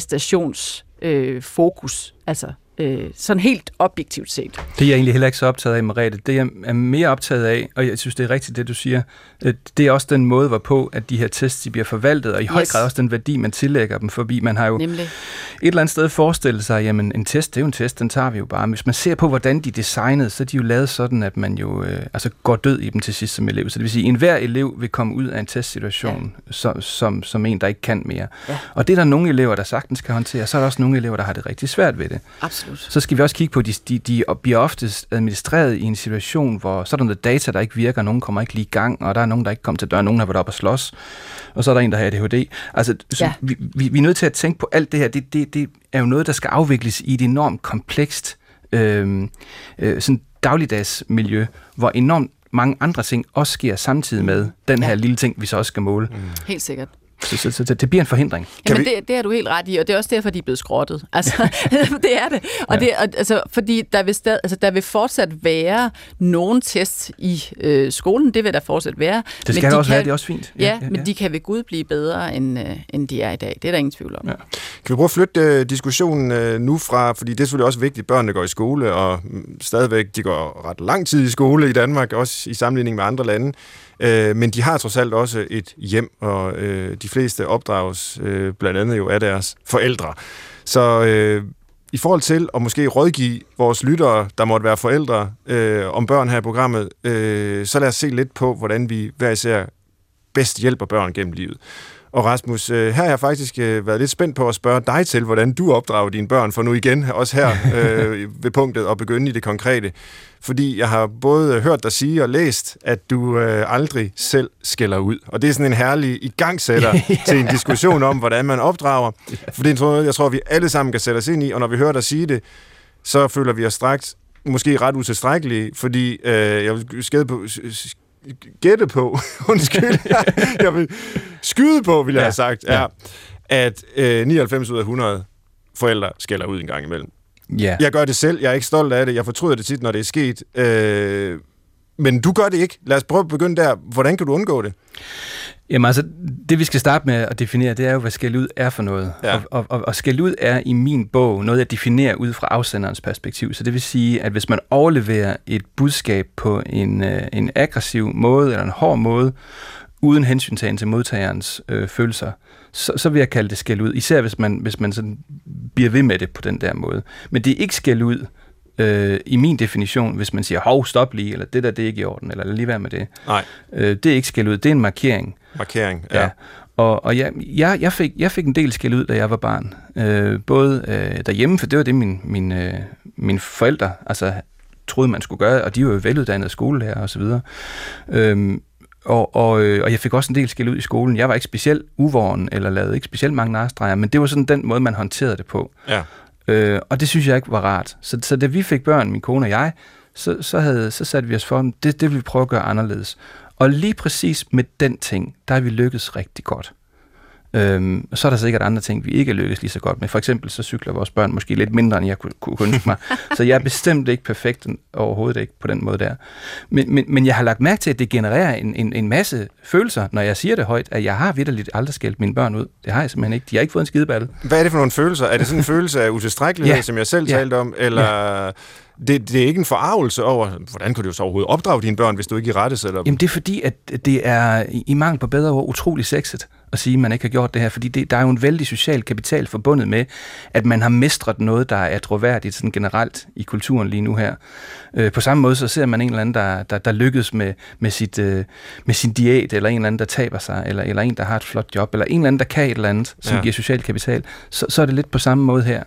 præstationsfokus. Sådan helt objektivt set. Det er jeg egentlig heller ikke så optaget af, Merete. Det jeg er mere optaget af, og jeg synes, det er rigtigt, det du siger, det er også den måde, hvorpå at de her tests de bliver forvaltet, og i høj grad også den værdi, man tillægger dem, fordi man har jo et eller andet sted forestillet sig, jamen en test, det er jo en test, den tager vi jo bare. Men hvis man ser på, hvordan de er designet, så er de jo lavet sådan, at man jo går død i dem til sidst som elev. Så det vil sige, at enhver elev vil komme ud af en testsituation som en, der ikke kan mere. Og det er der nogle elever, der sagtens kan håndtere, så er der også nogle elever, der har det rigtig svært ved det. Absolut. Så skal vi også kigge på, at de bliver oftest administreret i en situation, hvor så er der noget data, der ikke virker, nogen kommer ikke lige i gang, og der er nogen, der ikke kommer til døren, nogen har været op og slås, og så er der en, der har ADHD. Altså, vi er nødt til at tænke på alt det her. Det er jo noget, der skal afvikles i et enormt komplekst sådan dagligdagsmiljø, hvor enormt mange andre ting også sker samtidig med den her lille ting, vi så også skal måle. Helt sikkert. Så det bliver en forhindring. Jamen det er du helt ret i, og det er også derfor, de er blevet skrottet. Altså, det er det. Og det fordi der vil fortsat være nogle tests i skolen, det vil der fortsat være. Det skal også være, det er også fint. Men de kan ved Gud blive bedre, end de er i dag. Det er der ingen tvivl om. Ja. Kan vi prøve at flytte diskussionen nu fra, fordi det er selvfølgelig også vigtigt, at børnene går i skole, og stadigvæk, de går ret lang tid i skole i Danmark, også i sammenligning med andre lande. Men de har trods alt også et hjem, og de fleste opdrages blandt andet jo af deres forældre. Så i forhold til at måske rådgive vores lyttere, der måtte være forældre, om børn her i programmet, så lad os se lidt på, hvordan vi hver især bedst hjælper børn gennem livet. Og Rasmus, her har jeg faktisk været lidt spændt på at spørge dig til, hvordan du opdrager dine børn, for nu igen, også her ved punktet, og begynde i det konkrete. Fordi jeg har både hørt dig sige og læst, at du aldrig selv skælder ud. Og det er sådan en herlig igangsætter til en diskussion om, hvordan man opdrager. For det er noget, jeg tror, vi alle sammen kan sætte os ind i, og når vi hører dig sige det, så føler vi os straks måske ret utilstrækkelige, fordi jeg vil gætte på, jeg vil skyde på, vil jeg have sagt, at 99 ud af 100 forældre skælder ud en gang imellem. Jeg gør det selv, jeg er ikke stolt af det, jeg fortryder det tit, når det er sket, Men du gør det ikke. Lad os prøve at begynde der. Hvordan kan du undgå det? Jamen altså, det vi skal starte med at definere, det er jo, hvad skæld ud er for noget. Ja. Og skæld ud er i min bog noget, jeg definerer ud fra afsenderens perspektiv. Så det vil sige, at hvis man overleverer et budskab på en aggressiv måde, eller en hård måde, uden hensyntagen til modtagerens følelser, så vil jeg kalde det skæld ud. Især hvis man sådan bliver ved med det på den der måde. Men det er ikke skæld ud i min definition, hvis man siger, hov, stop lige, eller det der, det er ikke i orden, eller lige være med det. Nej. Det er ikke skæld ud, det er en markering. Markering, ja. Ja. Og jeg fik en del skæld ud, da jeg var barn. Både derhjemme, for det var det, mine forældre altså, troede, man skulle gøre, og de var jo veluddannede skolelærer og så videre. Og jeg fik også en del skæld ud i skolen. Jeg var ikke specielt uvåren, eller lavede ikke specielt mange narstreger, men det var sådan den måde, man håndterede det på. Ja. Og det synes jeg ikke var rart. Så da vi fik børn, min kone og jeg, så satte vi os for, det vil vi prøve at gøre anderledes. Og lige præcis med den ting, der er vi lykkedes rigtig godt. Så er der sikkert andre ting, vi ikke lykkes lige så godt med. For eksempel så cykler vores børn måske lidt mindre, end jeg kunne ønske mig. Så jeg er bestemt ikke perfekt overhovedet ikke på den måde der. Men jeg har lagt mærke til, at det genererer en masse følelser, når jeg siger det højt, at jeg har vitterligt aldrig skældt mine børn ud. Det har jeg simpelthen ikke. De har ikke fået en skideballe. Hvad er det for nogle følelser? Er det sådan en følelse af utilstrækkelighed, som jeg selv talte om? Eller... Ja. Det er ikke en forarvelse over, hvordan kunne du så overhovedet opdrage dine børn, hvis du ikke i rette sætter dem? Jamen det er fordi, at det er i mangel på bedre ord utrolig sexet at sige, at man ikke har gjort det her, fordi der er jo en vældig social kapital forbundet med, at man har mestret noget, der er troværdigt sådan generelt i kulturen lige nu her. På samme måde så ser man en eller anden, der lykkes med sin diæt, eller en eller anden, der taber sig, eller en, der har et flot job, eller en eller anden, der kan et eller andet, som giver social kapital. Så er det lidt på samme måde her.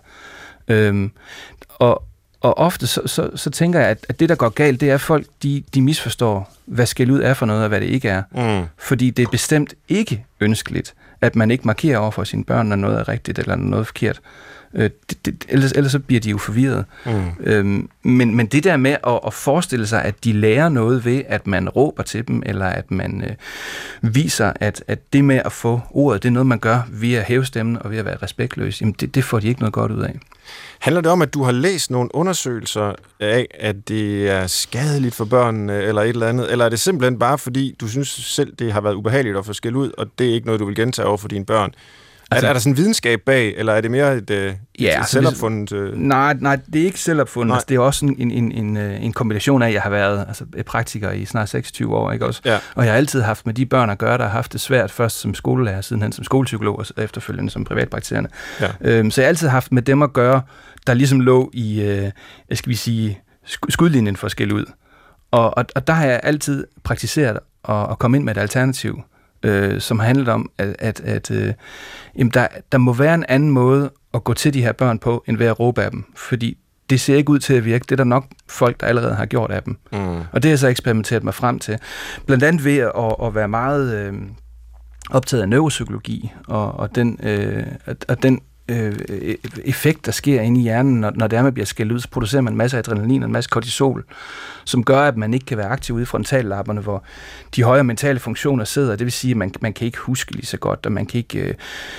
Og ofte så tænker jeg, at det, der går galt, det er, at folk de misforstår, hvad skæld ud er for noget, og hvad det ikke er. Fordi det er bestemt ikke ønskeligt, at man ikke markerer over for sine børn, når noget er rigtigt, eller noget er forkert. Ellers så bliver de jo forvirret. Men det der med at forestille sig, at de lærer noget ved, at man råber til dem, eller at man viser, at det med at få ordet, det er noget, man gør ved at hæve stemmen og ved at være respektløs, jamen det får de ikke noget godt ud af. Handler det om, at du har læst nogle undersøgelser af, at det er skadeligt for børnene, eller et eller andet? Eller er det simpelthen bare, fordi du synes selv, det har været ubehageligt at få skæld ud, og det er ikke noget, du vil gentage over for dine børn? Altså, er der sådan en videnskab bag, eller er det mere et selvopfundet? Nej, det er ikke selvopfundet. Altså, det er også en kombination af, at jeg har været praktiker i snart 26 år, ikke også? Ja. Og jeg har altid haft med de børn at gøre, der har haft det svært, først som skolelærer, sidenhen som skolepsykolog, og efterfølgende som privatpraktiserende. Ja. Så jeg har altid haft med dem at gøre, der ligesom lå i, skudlinjen for at skælde ud. Og der har jeg altid praktiseret at komme ind med et alternativ, som har handlet om, at der må være en anden måde at gå til de her børn på, end ved at råbe af dem. Fordi det ser ikke ud til at virke. Det er der nok folk, der allerede har gjort af dem. Og det har jeg så eksperimenteret mig frem til. Blandt andet ved at være meget optaget af neuropsykologi, og den effekt, der sker inde i hjernen, når det er, man bliver skældt ud, så producerer man en masse adrenalin og en masse kortisol, som gør, at man ikke kan være aktiv ude i frontallapperne, hvor de højere mentale funktioner sidder. Det vil sige, at man kan ikke huske lige så godt, og man kan ikke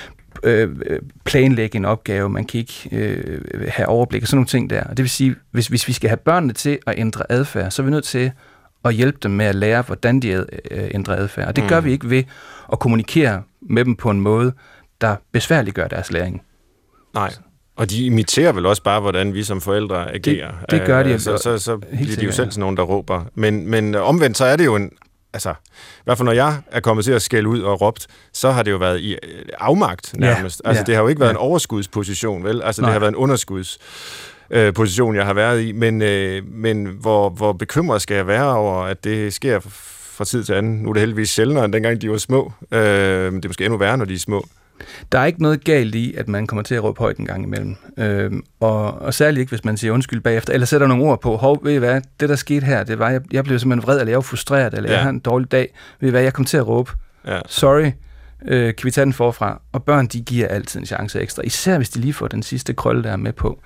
planlægge en opgave, man kan ikke have overblik og sådan nogle ting der. Og det vil sige, hvis vi skal have børnene til at ændre adfærd, så er vi nødt til at hjælpe dem med at lære, hvordan de ændrer adfærd. Og det gør vi ikke ved at kommunikere med dem på en måde, der besværliggør deres læring. Nej. Og de imiterer vel også bare, hvordan vi som forældre agerer. Det gør de. Så bliver de jo selv sådan nogen, der råber. Men omvendt, så er det jo i hvert fald når jeg er kommet til at skælde ud og råbt, så har det jo været i afmagt nærmest. Det har jo ikke været en overskudsposition, vel? Det har været en underskudsposition, jeg har været i. Men hvor bekymret skal jeg være over, at det sker fra tid til anden? Nu er det heldigvis sjældnere, end dengang de var små. Det er måske endnu værre, når de er små. Der er ikke noget galt i, at man kommer til at råbe højt en gang imellem. Og særligt ikke, hvis man siger undskyld bagefter, eller sætter nogle ord på, ved I hvad, det der skete her, det var, jeg blev simpelthen vred, eller jeg var frustreret, eller jeg har en dårlig dag, ved I hvad, jeg kom til at råbe, sorry, kan vi tage den forfra? Og børn, de giver altid en chance ekstra, især hvis de lige får den sidste krølle, der er med på.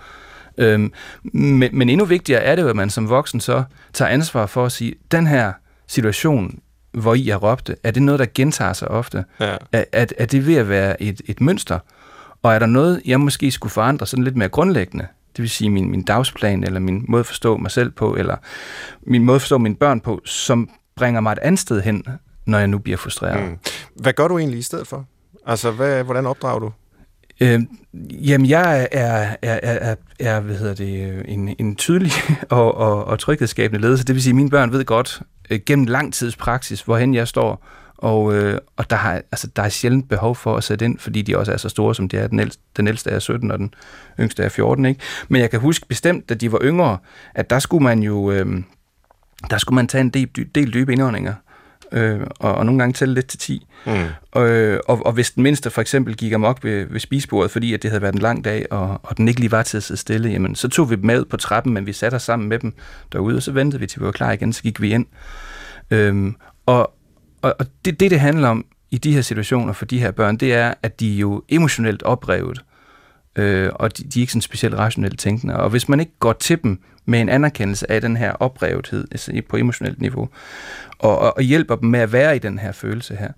Men endnu vigtigere er det jo, at man som voksen så tager ansvar for at sige, den her situation, hvor I jeg råbte, er det noget, der gentager sig ofte? Ja. Er det ved at være et mønster? Og er der noget, jeg måske skulle forandre sådan lidt mere grundlæggende? det vil sige min dagsplan, eller min måde at forstå mig selv på, eller min måde at forstå mine børn på, som bringer mig et andet sted hen, når jeg nu bliver frustreret. Hvad gør du egentlig i stedet for? Altså, hvordan opdrager du? Jamen, jeg er en tydelig og tryghedsskabende ledelse. Det vil sige, at mine børn ved godt gennem lang tids praksis, hvorhen jeg står, og der er sjældent behov for at sætte ind, fordi de også er så store, som de er. Den ældste er 17, og den yngste er 14, ikke? Men jeg kan huske bestemt, da de var yngre, at der skulle man tage en del dybe indåndinger, og nogle gange tælle lidt til 10. Og hvis den mindste for eksempel gik amok ved spisebordet, fordi at det havde været en lang dag, og den ikke lige var til at sidde stille, jamen, så tog vi dem med på trappen, men vi satte os sammen med dem derude, og så ventede vi til vi var klar igen, så gik vi ind. Og det handler om i de her situationer for de her børn, det er, at de er jo emotionelt oprevet, og de er ikke sådan specielt rationelt tænkende. Og hvis man ikke går til dem med en anerkendelse af den her oprevethed altså på emotionelt niveau, og hjælper dem med at være i den her følelse her,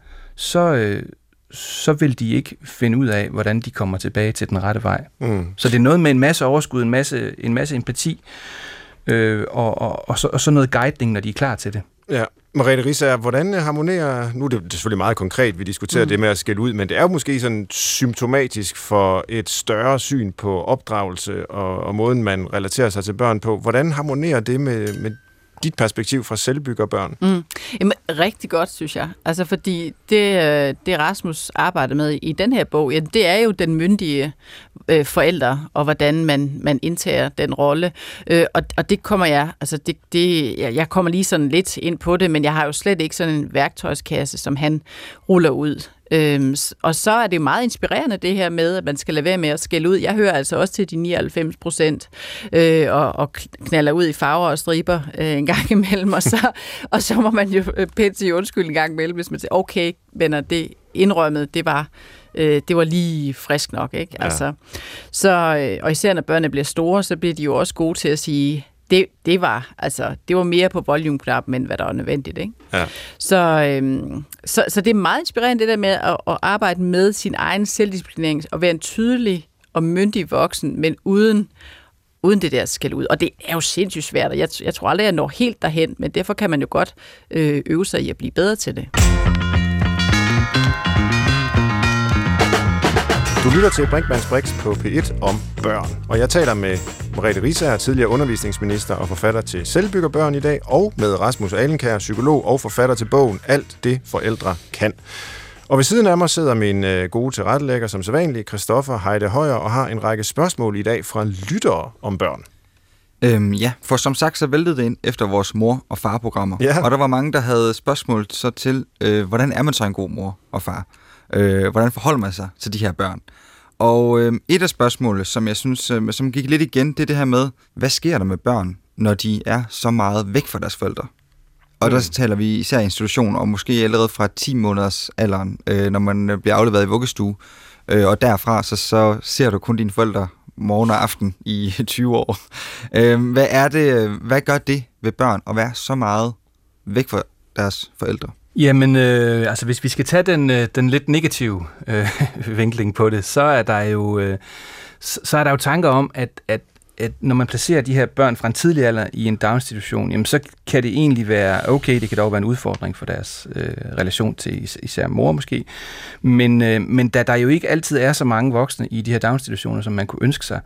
så vil de ikke finde ud af, hvordan de kommer tilbage til den rette vej. Så det er noget med en masse overskud, en masse empati, og så noget guidning, når de er klar til det. Ja. Merete Riisager, hvordan harmonerer, nu er det selvfølgelig meget konkret, vi diskuterer det med at skælde ud, men det er jo måske sådan symptomatisk for et større syn på opdragelse og måden, man relaterer sig til børn på. Hvordan harmonerer det med dit perspektiv fra selvbyggerbørn? Jamen, rigtig godt, synes jeg. Altså, fordi det Rasmus arbejder med i den her bog, ja, det er jo den myndige forældre, og hvordan man indtager den rolle. Og det kommer jeg, altså jeg kommer lige sådan lidt ind på det, men jeg har jo slet ikke sådan en værktøjskasse, som han ruller ud. Og så er det jo meget inspirerende det her med, at man skal lade være med at skælde ud. Jeg hører altså også til de 99% og knaller ud i farver og striber en gang imellem, og så må man jo pænt sige undskyld en gang imellem, hvis man siger, okay, venner, det indrømmet, det var lige frisk nok, ikke? Ja. Altså, og især når børnene bliver store, så bliver de jo også gode til at sige, det var mere på volume-knappen, end hvad der var nødvendigt, ikke? Ja. Så det er meget inspirerende, det der med at arbejde med sin egen selvdisciplinering, og være en tydelig og myndig voksen, men uden det der skæld ud. Og det er jo sindssygt svært, og jeg tror aldrig, jeg når helt derhen, men derfor kan man jo godt øve sig i at blive bedre til det. Du lytter til Brinkmanns Brix på P1 om børn, og jeg taler med Merete Riisager, tidligere undervisningsminister og forfatter til Selvbyggerbørn i dag, og med Rasmus Alenkær, psykolog og forfatter til bogen Alt det forældre kan. Og ved siden af mig sidder min gode tilrettelægger som sædvanlig, Christoffer Heide Højer, og har en række spørgsmål i dag fra lyttere om børn. Ja, for som sagt, så væltede det ind efter vores mor- og far-programmer. Ja. Og der var mange, der havde spørgsmål så til, hvordan er man så en god mor og far? Hvordan forholder man sig til de her børn? Og et af spørgsmålene, som jeg synes, som gik lidt igen, det er det her med, hvad sker der med børn, når de er så meget væk fra deres forældre? Og der taler vi især institutioner, og måske allerede fra 10 måneders alderen, når man bliver afleveret i vuggestue. Og derfra, så ser du kun dine forældre morgen og aften i 20 år. Hvad gør det ved børn at være så meget væk fra deres forældre? Jamen, altså hvis vi skal tage den lidt negative vinkling på det, så er der jo tanker om, at når man placerer de her børn fra en tidlig alder i en daginstitution, jamen så kan det egentlig være okay, det kan dog være en udfordring for deres relation til især mor måske, men da der jo ikke altid er så mange voksne i de her daginstitutioner, som man kunne ønske sig,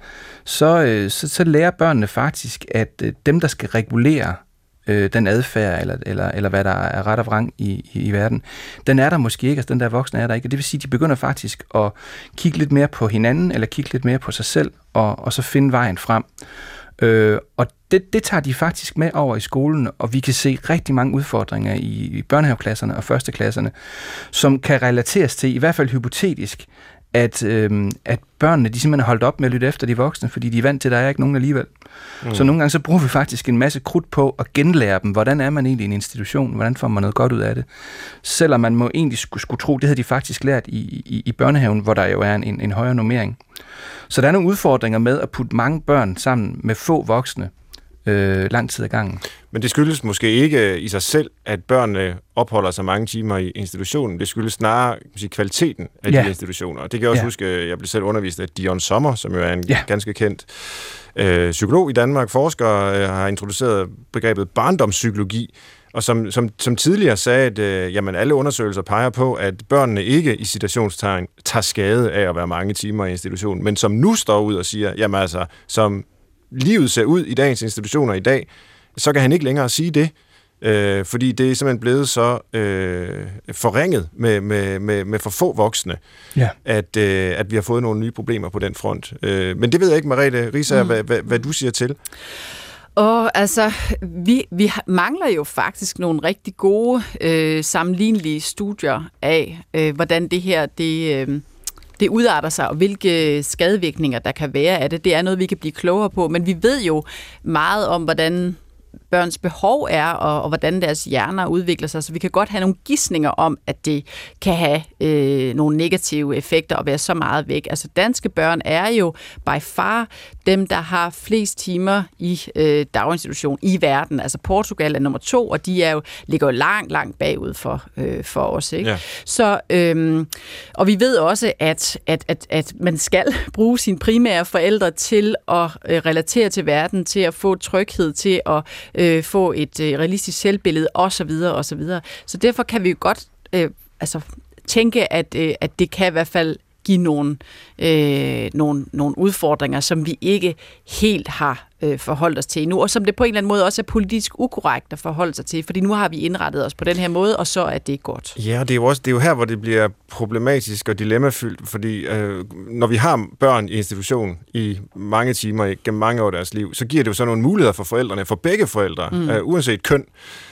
så lærer børnene faktisk, at dem, der skal regulere den adfærd, eller hvad der er ret og vrang i verden, den er der måske ikke, altså den der voksne er der ikke, og det vil sige, at de begynder faktisk at kigge lidt mere på hinanden, eller kigge lidt mere på sig selv, og så finde vejen frem. Og det tager de faktisk med over i skolen, og vi kan se rigtig mange udfordringer i børnehaveklasserne og førsteklasserne, som kan relateres til, i hvert fald hypotetisk, at børnene de simpelthen er holdt op med at lytte efter de voksne, fordi de er vant til, at der er ikke nogen alligevel. Så nogle gange så bruger vi faktisk en masse krudt på at genlære dem, hvordan er man egentlig i en institution, hvordan får man noget godt ud af det. Selvom man må egentlig skulle tro, det havde de faktisk lært i børnehaven, hvor der jo er en højere normering. Så der er nogle udfordringer med at putte mange børn sammen med få voksne, lang tid ad gangen. Men det skyldes måske ikke i sig selv, at børnene opholder sig mange timer i institutionen. Det skyldes snarere kvaliteten af de institutioner. Og det kan jeg også huske, jeg blev selv undervist af Dion Sommer, som jo er en ganske kendt psykolog i Danmark, forsker, har introduceret begrebet barndomspsykologi, og som tidligere sagde, at jamen, alle undersøgelser peger på, at børnene ikke i citationstegn tager skade af at være mange timer i institutionen, men som nu står ud og siger, jamen altså, som livet ser ud i dagens institutioner i dag, så kan han ikke længere sige det, fordi det er simpelthen blevet så forringet med for få voksne, at vi har fået nogle nye problemer på den front. Men det ved jeg ikke, Merete Riisager, hvad du siger til. Altså, vi mangler jo faktisk nogle rigtig gode sammenlignelige studier af, hvordan det her det udarter sig, og hvilke skadevirkninger der kan være af det. Det er noget, vi kan blive klogere på, men vi ved jo meget om, hvordan børns behov er, og hvordan deres hjerner udvikler sig. Så vi kan godt have nogle gisninger om, at det kan have nogle negative effekter og være så meget væk. Altså danske børn er jo by far dem, der har flest timer i daginstitution i verden. Altså Portugal er nummer 2, og de ligger jo langt bagud for os. Ikke? Ja. Så, og vi ved også, at man skal bruge sine primære forældre til at relatere til verden, til at få tryghed, til at få et realistisk selvbillede osv. osv. Så derfor kan vi jo godt tænke, at det kan i hvert fald give nogle udfordringer, som vi ikke helt har forholdt os til endnu, og som det på en eller anden måde også er politisk ukorrekt at forholde sig til, fordi nu har vi indrettet os på den her måde, og så er det godt. Ja, det er jo her, hvor det bliver problematisk og dilemmafyldt, fordi når vi har børn i institution i mange timer gennem mange år af deres liv, så giver det jo så nogle muligheder for forældrene, for begge forældre, uanset køn,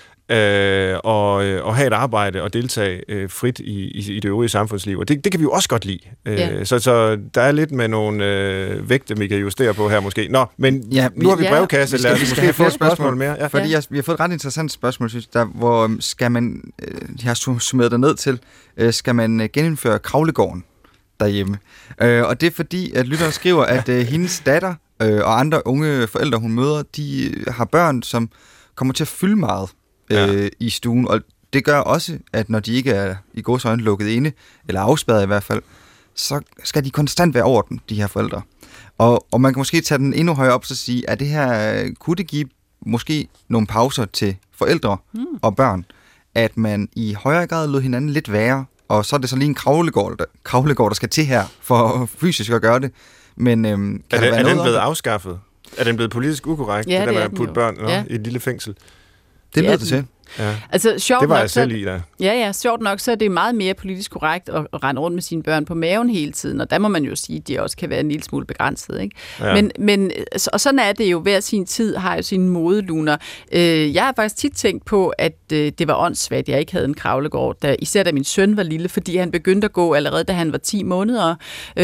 og have et arbejde og deltage frit i det øvrige samfundsliv. Og det kan vi jo også godt lide. Så der er lidt med nogle vægte, vi kan justere på her måske. Nå, men nu har vi brevkasse. Lad os måske få et spørgsmål mere. Ja. Fordi vi har fået et ret interessant spørgsmål, synes jeg, hvor skal man, jeg har summeret det ned til, skal man genindføre kravlegården derhjemme? Og det er fordi, at lytteren skriver, at hendes datter og andre unge forældre, hun møder, de har børn, som kommer til at fylde meget i stuen, og det gør også, at når de ikke er i gåseøjne lukket inde, eller afspærret i hvert fald, så skal de konstant være over den, de her forældre. Og man kan måske tage den endnu højere op, så sige, at det her, kunne det give måske nogle pauser til forældre og børn, at man i højere grad lod hinanden lidt være, og så er det så lige en kravlegård, der skal til her, for fysisk at gøre det. Men er den blevet afskaffet? Er den blevet politisk ukorrekt? Ja, det der med at putte børn i et lille fængsel? Det lyder det til. Ja. Altså, sjovt det var nok, jeg selv i, da. Ja, sjovt nok, så er det meget mere politisk korrekt at rende rundt med sine børn på maven hele tiden, og der må man jo sige, at de også kan være en lille smule begrænset, ikke? Ja. Men og sådan er det jo, hver sin tid har jo sine modeluner. Jeg har faktisk tit tænkt på, at det var åndssvagt, jeg ikke havde en kravlegård, især da min søn var lille, fordi han begyndte at gå allerede, da han var 10 måneder,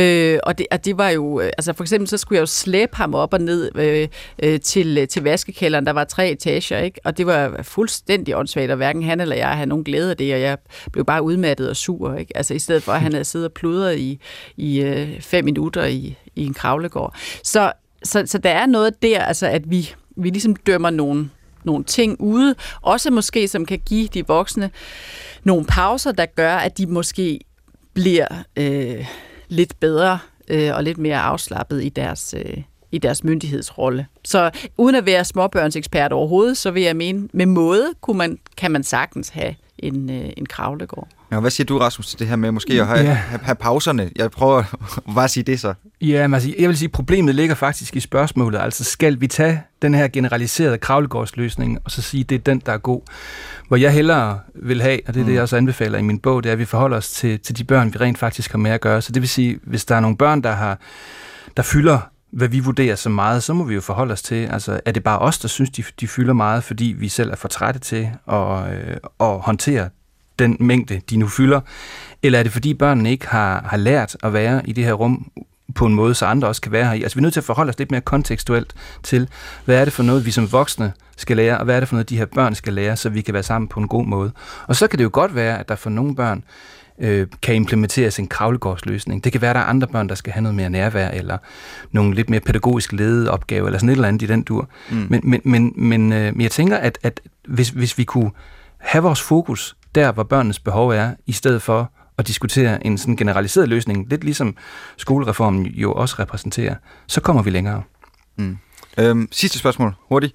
og det var jo, altså for eksempel, så skulle jeg jo slæbe ham op og ned til vaskekælderen, der var 3 etager, ikke? Og det var fuldstændig åndssvagt, og hverken han eller jeg havde nogen glæde af det, og jeg blev bare udmattet og sur, ikke? Altså i stedet for, at han havde siddet og pludret i 5 minutter i en kravlegård. Så der er noget der, altså at vi ligesom dømmer nogle ting ude, også måske, som kan give de voksne nogle pauser, der gør, at de måske bliver lidt bedre og lidt mere afslappet i deres myndighedsrolle. Så uden at være småbørnsekspert overhovedet, så vil jeg mene, med måde kan man sagtens have en kravlegård. Ja, hvad siger du, Rasmus, til det her med måske at have pauserne? Jeg prøver at bare sige det så. Ja, men jeg vil sige, problemet ligger faktisk i spørgsmålet. Altså, skal vi tage den her generaliserede kravlegårdsløsning, og så sige, det er den, der er god? Hvor jeg hellere vil have, og det er det, jeg også anbefaler i min bog, det er, at vi forholder os til de børn, vi rent faktisk har med at gøre. Så det vil sige, hvis der er nogle børn, der fylder, hvad vi vurderer så meget, så må vi jo forholde os til, altså er det bare os, der synes, de fylder meget, fordi vi selv er for trætte til at håndtere den mængde, de nu fylder, eller er det fordi børnene ikke har lært at være i det her rum på en måde, så andre også kan være her i. Altså vi er nødt til at forholde os lidt mere kontekstuelt til, hvad er det for noget, vi som voksne skal lære, og hvad er det for noget, de her børn skal lære, så vi kan være sammen på en god måde. Og så kan det jo godt være, at der for nogle børn kan implementeres en kravlegårdsløsning. Det kan være, at der er andre børn, der skal have noget mere nærvær, eller nogle lidt mere pædagogisk ledede opgaver, eller sådan et eller andet i den dur. Men jeg tænker, at hvis vi kunne have vores fokus der, hvor børnenes behov er, i stedet for at diskutere en sådan generaliseret løsning, lidt ligesom skolereformen jo også repræsenterer, så kommer vi længere. Sidste spørgsmål, hurtigt.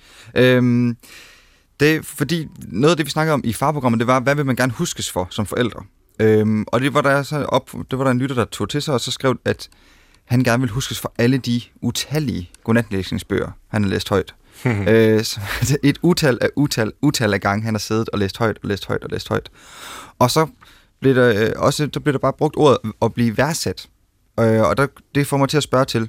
Det er fordi noget af det, vi snakkede om i farprogrammet, det var, hvad vil man gerne huskes for som forældre? Og det var der en lytter, der tog til sig, og så skrev, at han gerne vil huskes for alle de utallige godnatlæsningsbøger, han har læst højt. Et utal af gange, han har siddet og læst højt. Og så blev der bare brugt ordet at blive værdsat. Og det får mig til at spørge til,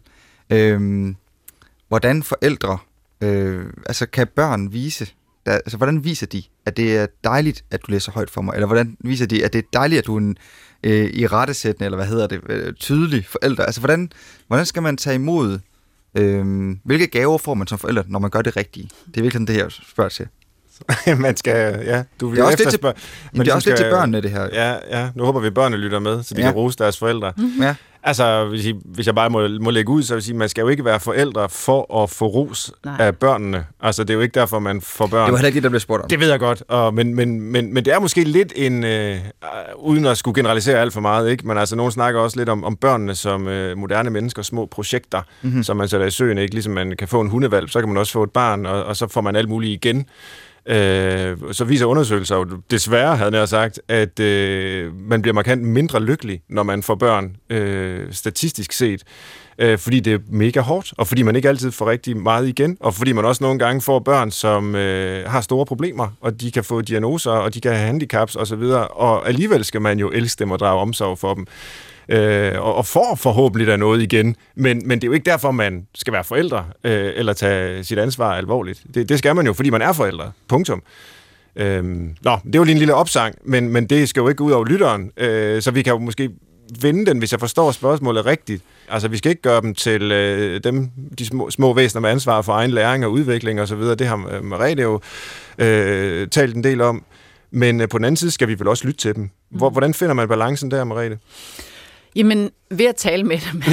hvordan forældre, kan børn vise, hvordan viser de, at det er dejligt, at du læser højt for mig? Eller hvordan viser de, at det er dejligt, at du er en i rettesættende, eller tydelig forælder? Altså, hvordan skal man tage imod, hvilke gaver får man som forælder, når man gør det rigtige? Det er virkelig det, jeg spørger til. Man skal, ja, du vil efterspørge. Det er også lidt til børnene, det her. Ja, nu håber vi, at børnene lytter med, så de kan rose deres forældre. Ja. Altså, hvis jeg bare må lægge ud, så vil jeg sige, man skal jo ikke være forældre for at få ros af børnene. Altså, det er jo ikke derfor, man får børn. Det var heller ikke det, der blev spurgt om. Det ved jeg godt, men det er måske lidt en, uden at skulle generalisere alt for meget, ikke? Men altså, nogen snakker også lidt om børnene som moderne mennesker, små projekter, som man sætter i søen, ikke? Ligesom man kan få en hundevalp, så kan man også få et barn, og så får man alt muligt igen. Så viser undersøgelser jo desværre, havde jeg sagt, at man bliver markant mindre lykkelig, når man får børn, statistisk set. Fordi det er mega hårdt, og fordi man ikke altid får rigtig meget igen, og fordi man også nogle gange får børn, som har store problemer, og de kan få diagnoser, og de kan have handicaps osv., og alligevel skal man jo elske dem og drage omsorg for dem. Og får forhåbentlig der noget igen, men det er jo ikke derfor, man skal være forældre, eller tage sit ansvar alvorligt. Det skal man jo, fordi man er forældre. Punktum. Det er jo lige en lille opsang, men det skal jo ikke gå ud over lytteren, så vi kan jo måske vende den, hvis jeg forstår spørgsmålet rigtigt. Altså, vi skal ikke gøre dem til de små væsener med ansvar for egen læring og udvikling osv. Det har Merete jo talt en del om. Men på den anden side skal vi vel også lytte til dem. Hvordan finder man balancen der, Merete? Jamen, ved at tale med dem.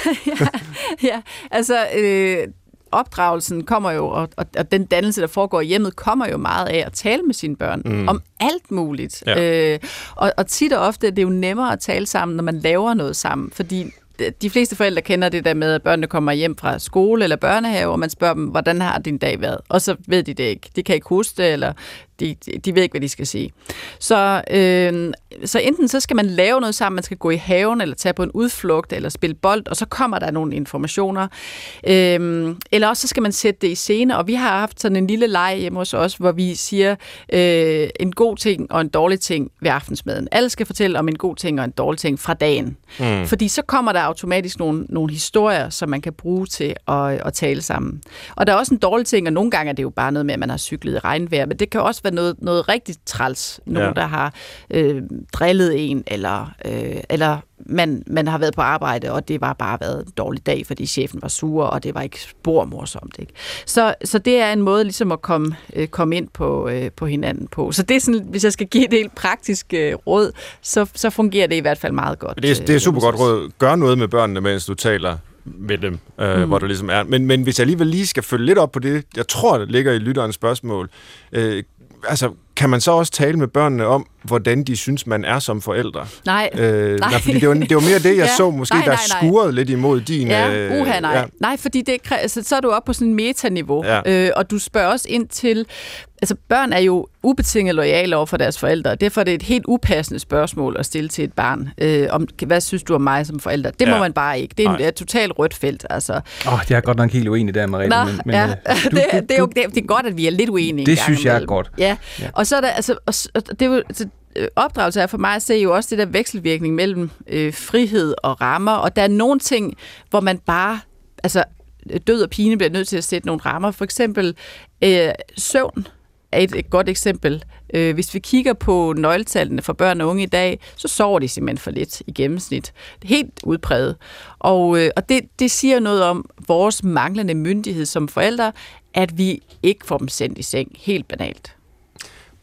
Opdragelsen kommer jo, og den dannelse, der foregår i hjemmet, kommer jo meget af at tale med sine børn om alt muligt. Ja. Og tit og ofte er det jo nemmere at tale sammen, når man laver noget sammen, fordi de fleste forældre kender det der med, at børnene kommer hjem fra skole eller børnehave, og man spørger dem, hvordan har din dag været? Og så ved de det ikke. De kan ikke huske det, eller de ved ikke, hvad de skal sige. Så enten så skal man lave noget sammen, man skal gå i haven, eller tage på en udflugt, eller spille bold, og så kommer der nogle informationer. Eller også så skal man sætte det i scene, og vi har haft sådan en lille leg hjemme hos os, hvor vi siger en god ting og en dårlig ting ved aftensmaden. Alle skal fortælle om en god ting og en dårlig ting fra dagen. Fordi så kommer der automatisk nogle historier, som man kan bruge til at tale sammen. Og der er også en dårlig ting, og nogle gange er det jo bare noget med, at man har cyklet i regnvejr, men det kan også være noget rigtig træls. Nogen, der har drillet en, eller man har været på arbejde, og det var bare været en dårlig dag, fordi chefen var sur, og det var ikke spor morsomt. Ikke? Så det er en måde ligesom at komme ind på hinanden på. Så det er sådan, hvis jeg skal give et helt praktisk råd, så fungerer det i hvert fald meget godt. Det er super godt råd. Gør noget med børnene, mens du taler med dem, hvor du ligesom er. Men hvis jeg alligevel lige skal følge lidt op på det, jeg tror, det ligger i lytterens spørgsmål, kan man så også tale med børnene om, hvordan de synes, man er som forældre? Nej. Fordi det var mere det, jeg så måske, der skurede lidt imod din... Nej, fordi så er du oppe på sådan en metaniveau, og du spørger også ind til... Altså, børn er jo ubetinget loyale over for deres forældre, derfor er det et helt upassende spørgsmål at stille til et barn. Hvad synes du om mig som forælder? Det må man bare ikke. Det er et totalt rødt felt, altså. Jeg er godt nok helt uenig der, Merete. Det er godt, at vi er lidt uenige. Det synes jeg er godt. Ja. Og så er der, det er jo... Opdragelse er for mig at se jo også det der vekselvirkning mellem frihed og rammer, og der er nogle ting, hvor man bare, død og pine bliver nødt til at sætte nogle rammer. For eksempel søvn er et godt eksempel. Hvis vi kigger på nøgletallene for børn og unge i dag, så sover de simpelthen for lidt i gennemsnit. Det er helt udpræget. Og det siger noget om vores manglende myndighed som forældre, at vi ikke får dem sendt i seng. Helt banalt.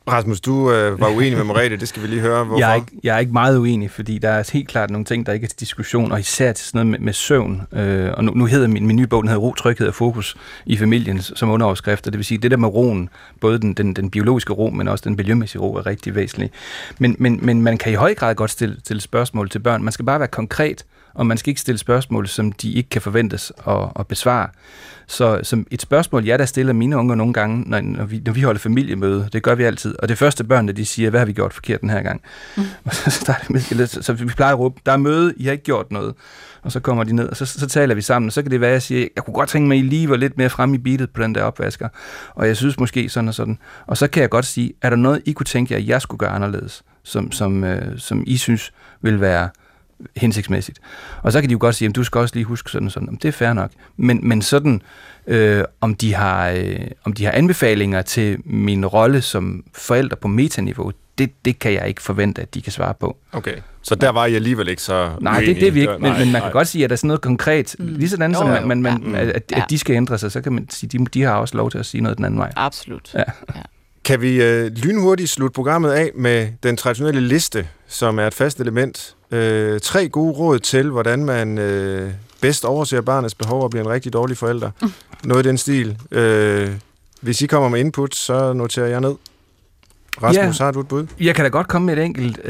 Rasmus, du var uenig med Merete, det skal vi lige høre, hvorfor. Jeg er ikke meget uenig, fordi der er helt klart nogle ting, der ikke er til diskussion, og især til sådan noget med søvn. Og nu hedder min nye bog, den hedder Ro, Tryghed og Fokus i familien som underoverskrift, og det vil sige, det der med roen, både den biologiske ro, men også den miljømæssige ro, er rigtig væsentlig. Men man kan i høj grad godt stille spørgsmål til børn. Man skal bare være konkret, og man skal ikke stille spørgsmål, som de ikke kan forventes at besvare. Så som et spørgsmål, jeg der stiller mine unger nogle gange, når vi holder familiemøde, det gør vi altid, og det første børnene, de siger, hvad har vi gjort forkert den her gang? Og så vi plejer at råbe, der er møde, I har ikke gjort noget. Og så kommer de ned, og så taler vi sammen, og så kan det være, at jeg siger, jeg kunne godt tænke mig, at I lige var lidt mere fremme i beatet på den der opvasker, og jeg synes måske sådan og sådan. Og så kan jeg godt sige, er der noget, I kunne tænke jer, at jeg skulle gøre anderledes, som I synes vil være hensigtsmæssigt. Og så kan de jo godt sige, at du skal også lige huske sådan og sådan. Det er fair nok. Men sådan, om de har anbefalinger til min rolle som forælder på metaniveau, det kan jeg ikke forvente, at de kan svare på. Okay, så der var I alligevel ikke så... Nej, det er vi ikke, men man kan godt sige, at der er sådan noget konkret, lige sådan som at de skal ændre sig, så kan man sige, de har også lov til at sige noget den anden vej. Absolut. Ja. Kan vi lynhurtigt slutte programmet af med den traditionelle liste, som er et fast element? 3 gode råd til, hvordan man bedst overser barnets behov og bliver en rigtig dårlig forælder. Noget i den stil. Hvis I kommer med input, så noterer jeg ned. Rasmus, har du et bud? Jeg kan da godt komme med et enkelt.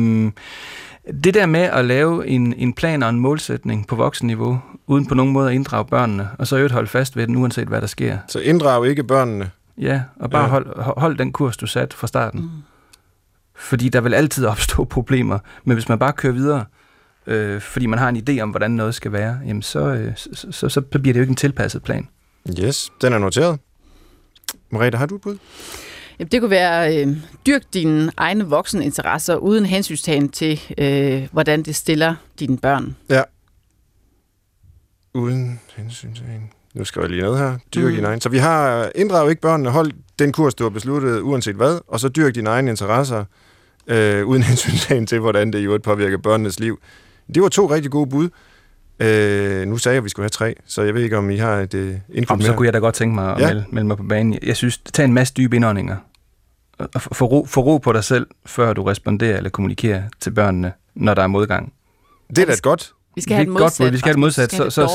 Det der med at lave en plan og en målsætning på voksenniveau, uden på nogen måde at inddrage børnene, og så holde fast ved den, uanset hvad der sker. Så inddrag ikke børnene? Ja, og bare hold den kurs, du satte fra starten. Fordi der vil altid opstå problemer, men hvis man bare kører videre, fordi man har en idé om, hvordan noget skal være, jamen så bliver det jo ikke en tilpasset plan. Yes, den er noteret. Merete, har du et bud? Jamen, det kunne være, dyrk dine egne vokseninteresser uden hensynstagen til, hvordan det stiller dine børn. Ja. Uden hensyntagen. Nu skal jeg lige ned her. Dyrk din egen. Så vi har inddrag ikke børnene, hold den kurs, du har besluttet, uanset hvad, og så dyrk dine egne interesser, uden hensyntagen til, hvordan det i øvrigt påvirker børnenes liv. Det var 2 rigtig gode bud. Nu sagde jeg, at vi skulle have 3, så jeg ved ikke, om I har et input mere. Så kunne jeg da godt tænke mig at melde mig på banen. Jeg synes, tag en masse dybe indåndinger. Få ro på dig selv, før du responderer eller kommunikerer til børnene, når der er modgang. Det er da godt. Vi skal have det modsat. Vi skal have det modsat.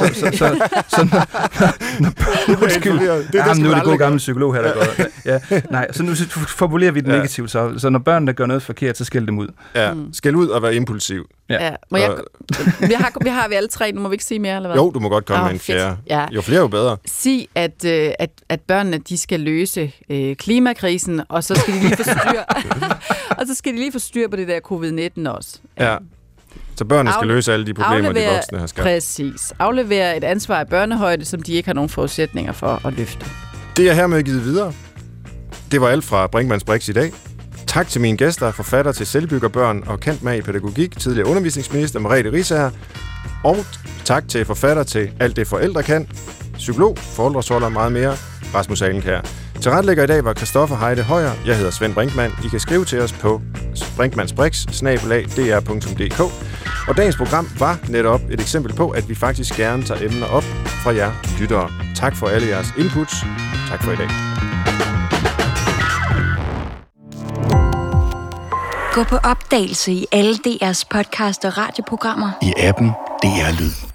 Nu er det god gammel psykolog her, der går. Ja, nej, så nu formulerer vi det negativt. Så når børnene gør noget forkert, så skæld dem ud. Ja, skæld ud og være impulsiv. Ja. Vi har alle 3, nu må vi ikke sige mere, eller hvad? Jo, du må godt komme med en fjerde. Ja. Jo flere, jo bedre. Sig, at børnene, de skal løse klimakrisen, og så skal de lige få styr, på det der covid-19 også. Ja. Så børnene skal løse alle de problemer, de voksne har skabt. Præcis. Aflevere et ansvar i børnehøjde, som de ikke har nogen forudsætninger for at løfte. Det er hermed givet videre. Det var alt fra Brinkmanns Brix i dag. Tak til mine gæster, forfatter til Selvbyggerbørn og cand.mag i pædagogik, tidligere undervisningsminister Merete Riisager. Og tak til forfatter til Alt det forældre kan, psykolog, foredragsholder og meget mere, Rasmus Alenkær. Tilrettelægger i dag var Christoffer Heide Højer. Jeg hedder Svend Brinkmann. I kan skrive til os på brinkmannsbrix@dr.dk. Og dagens program var netop et eksempel på, at vi faktisk gerne tager emner op fra jer lyttere. Tak for alle jeres inputs. Tak for i dag. Gå på opdagelse i alle DR's podcast og radioprogrammer. I appen DR Lyd.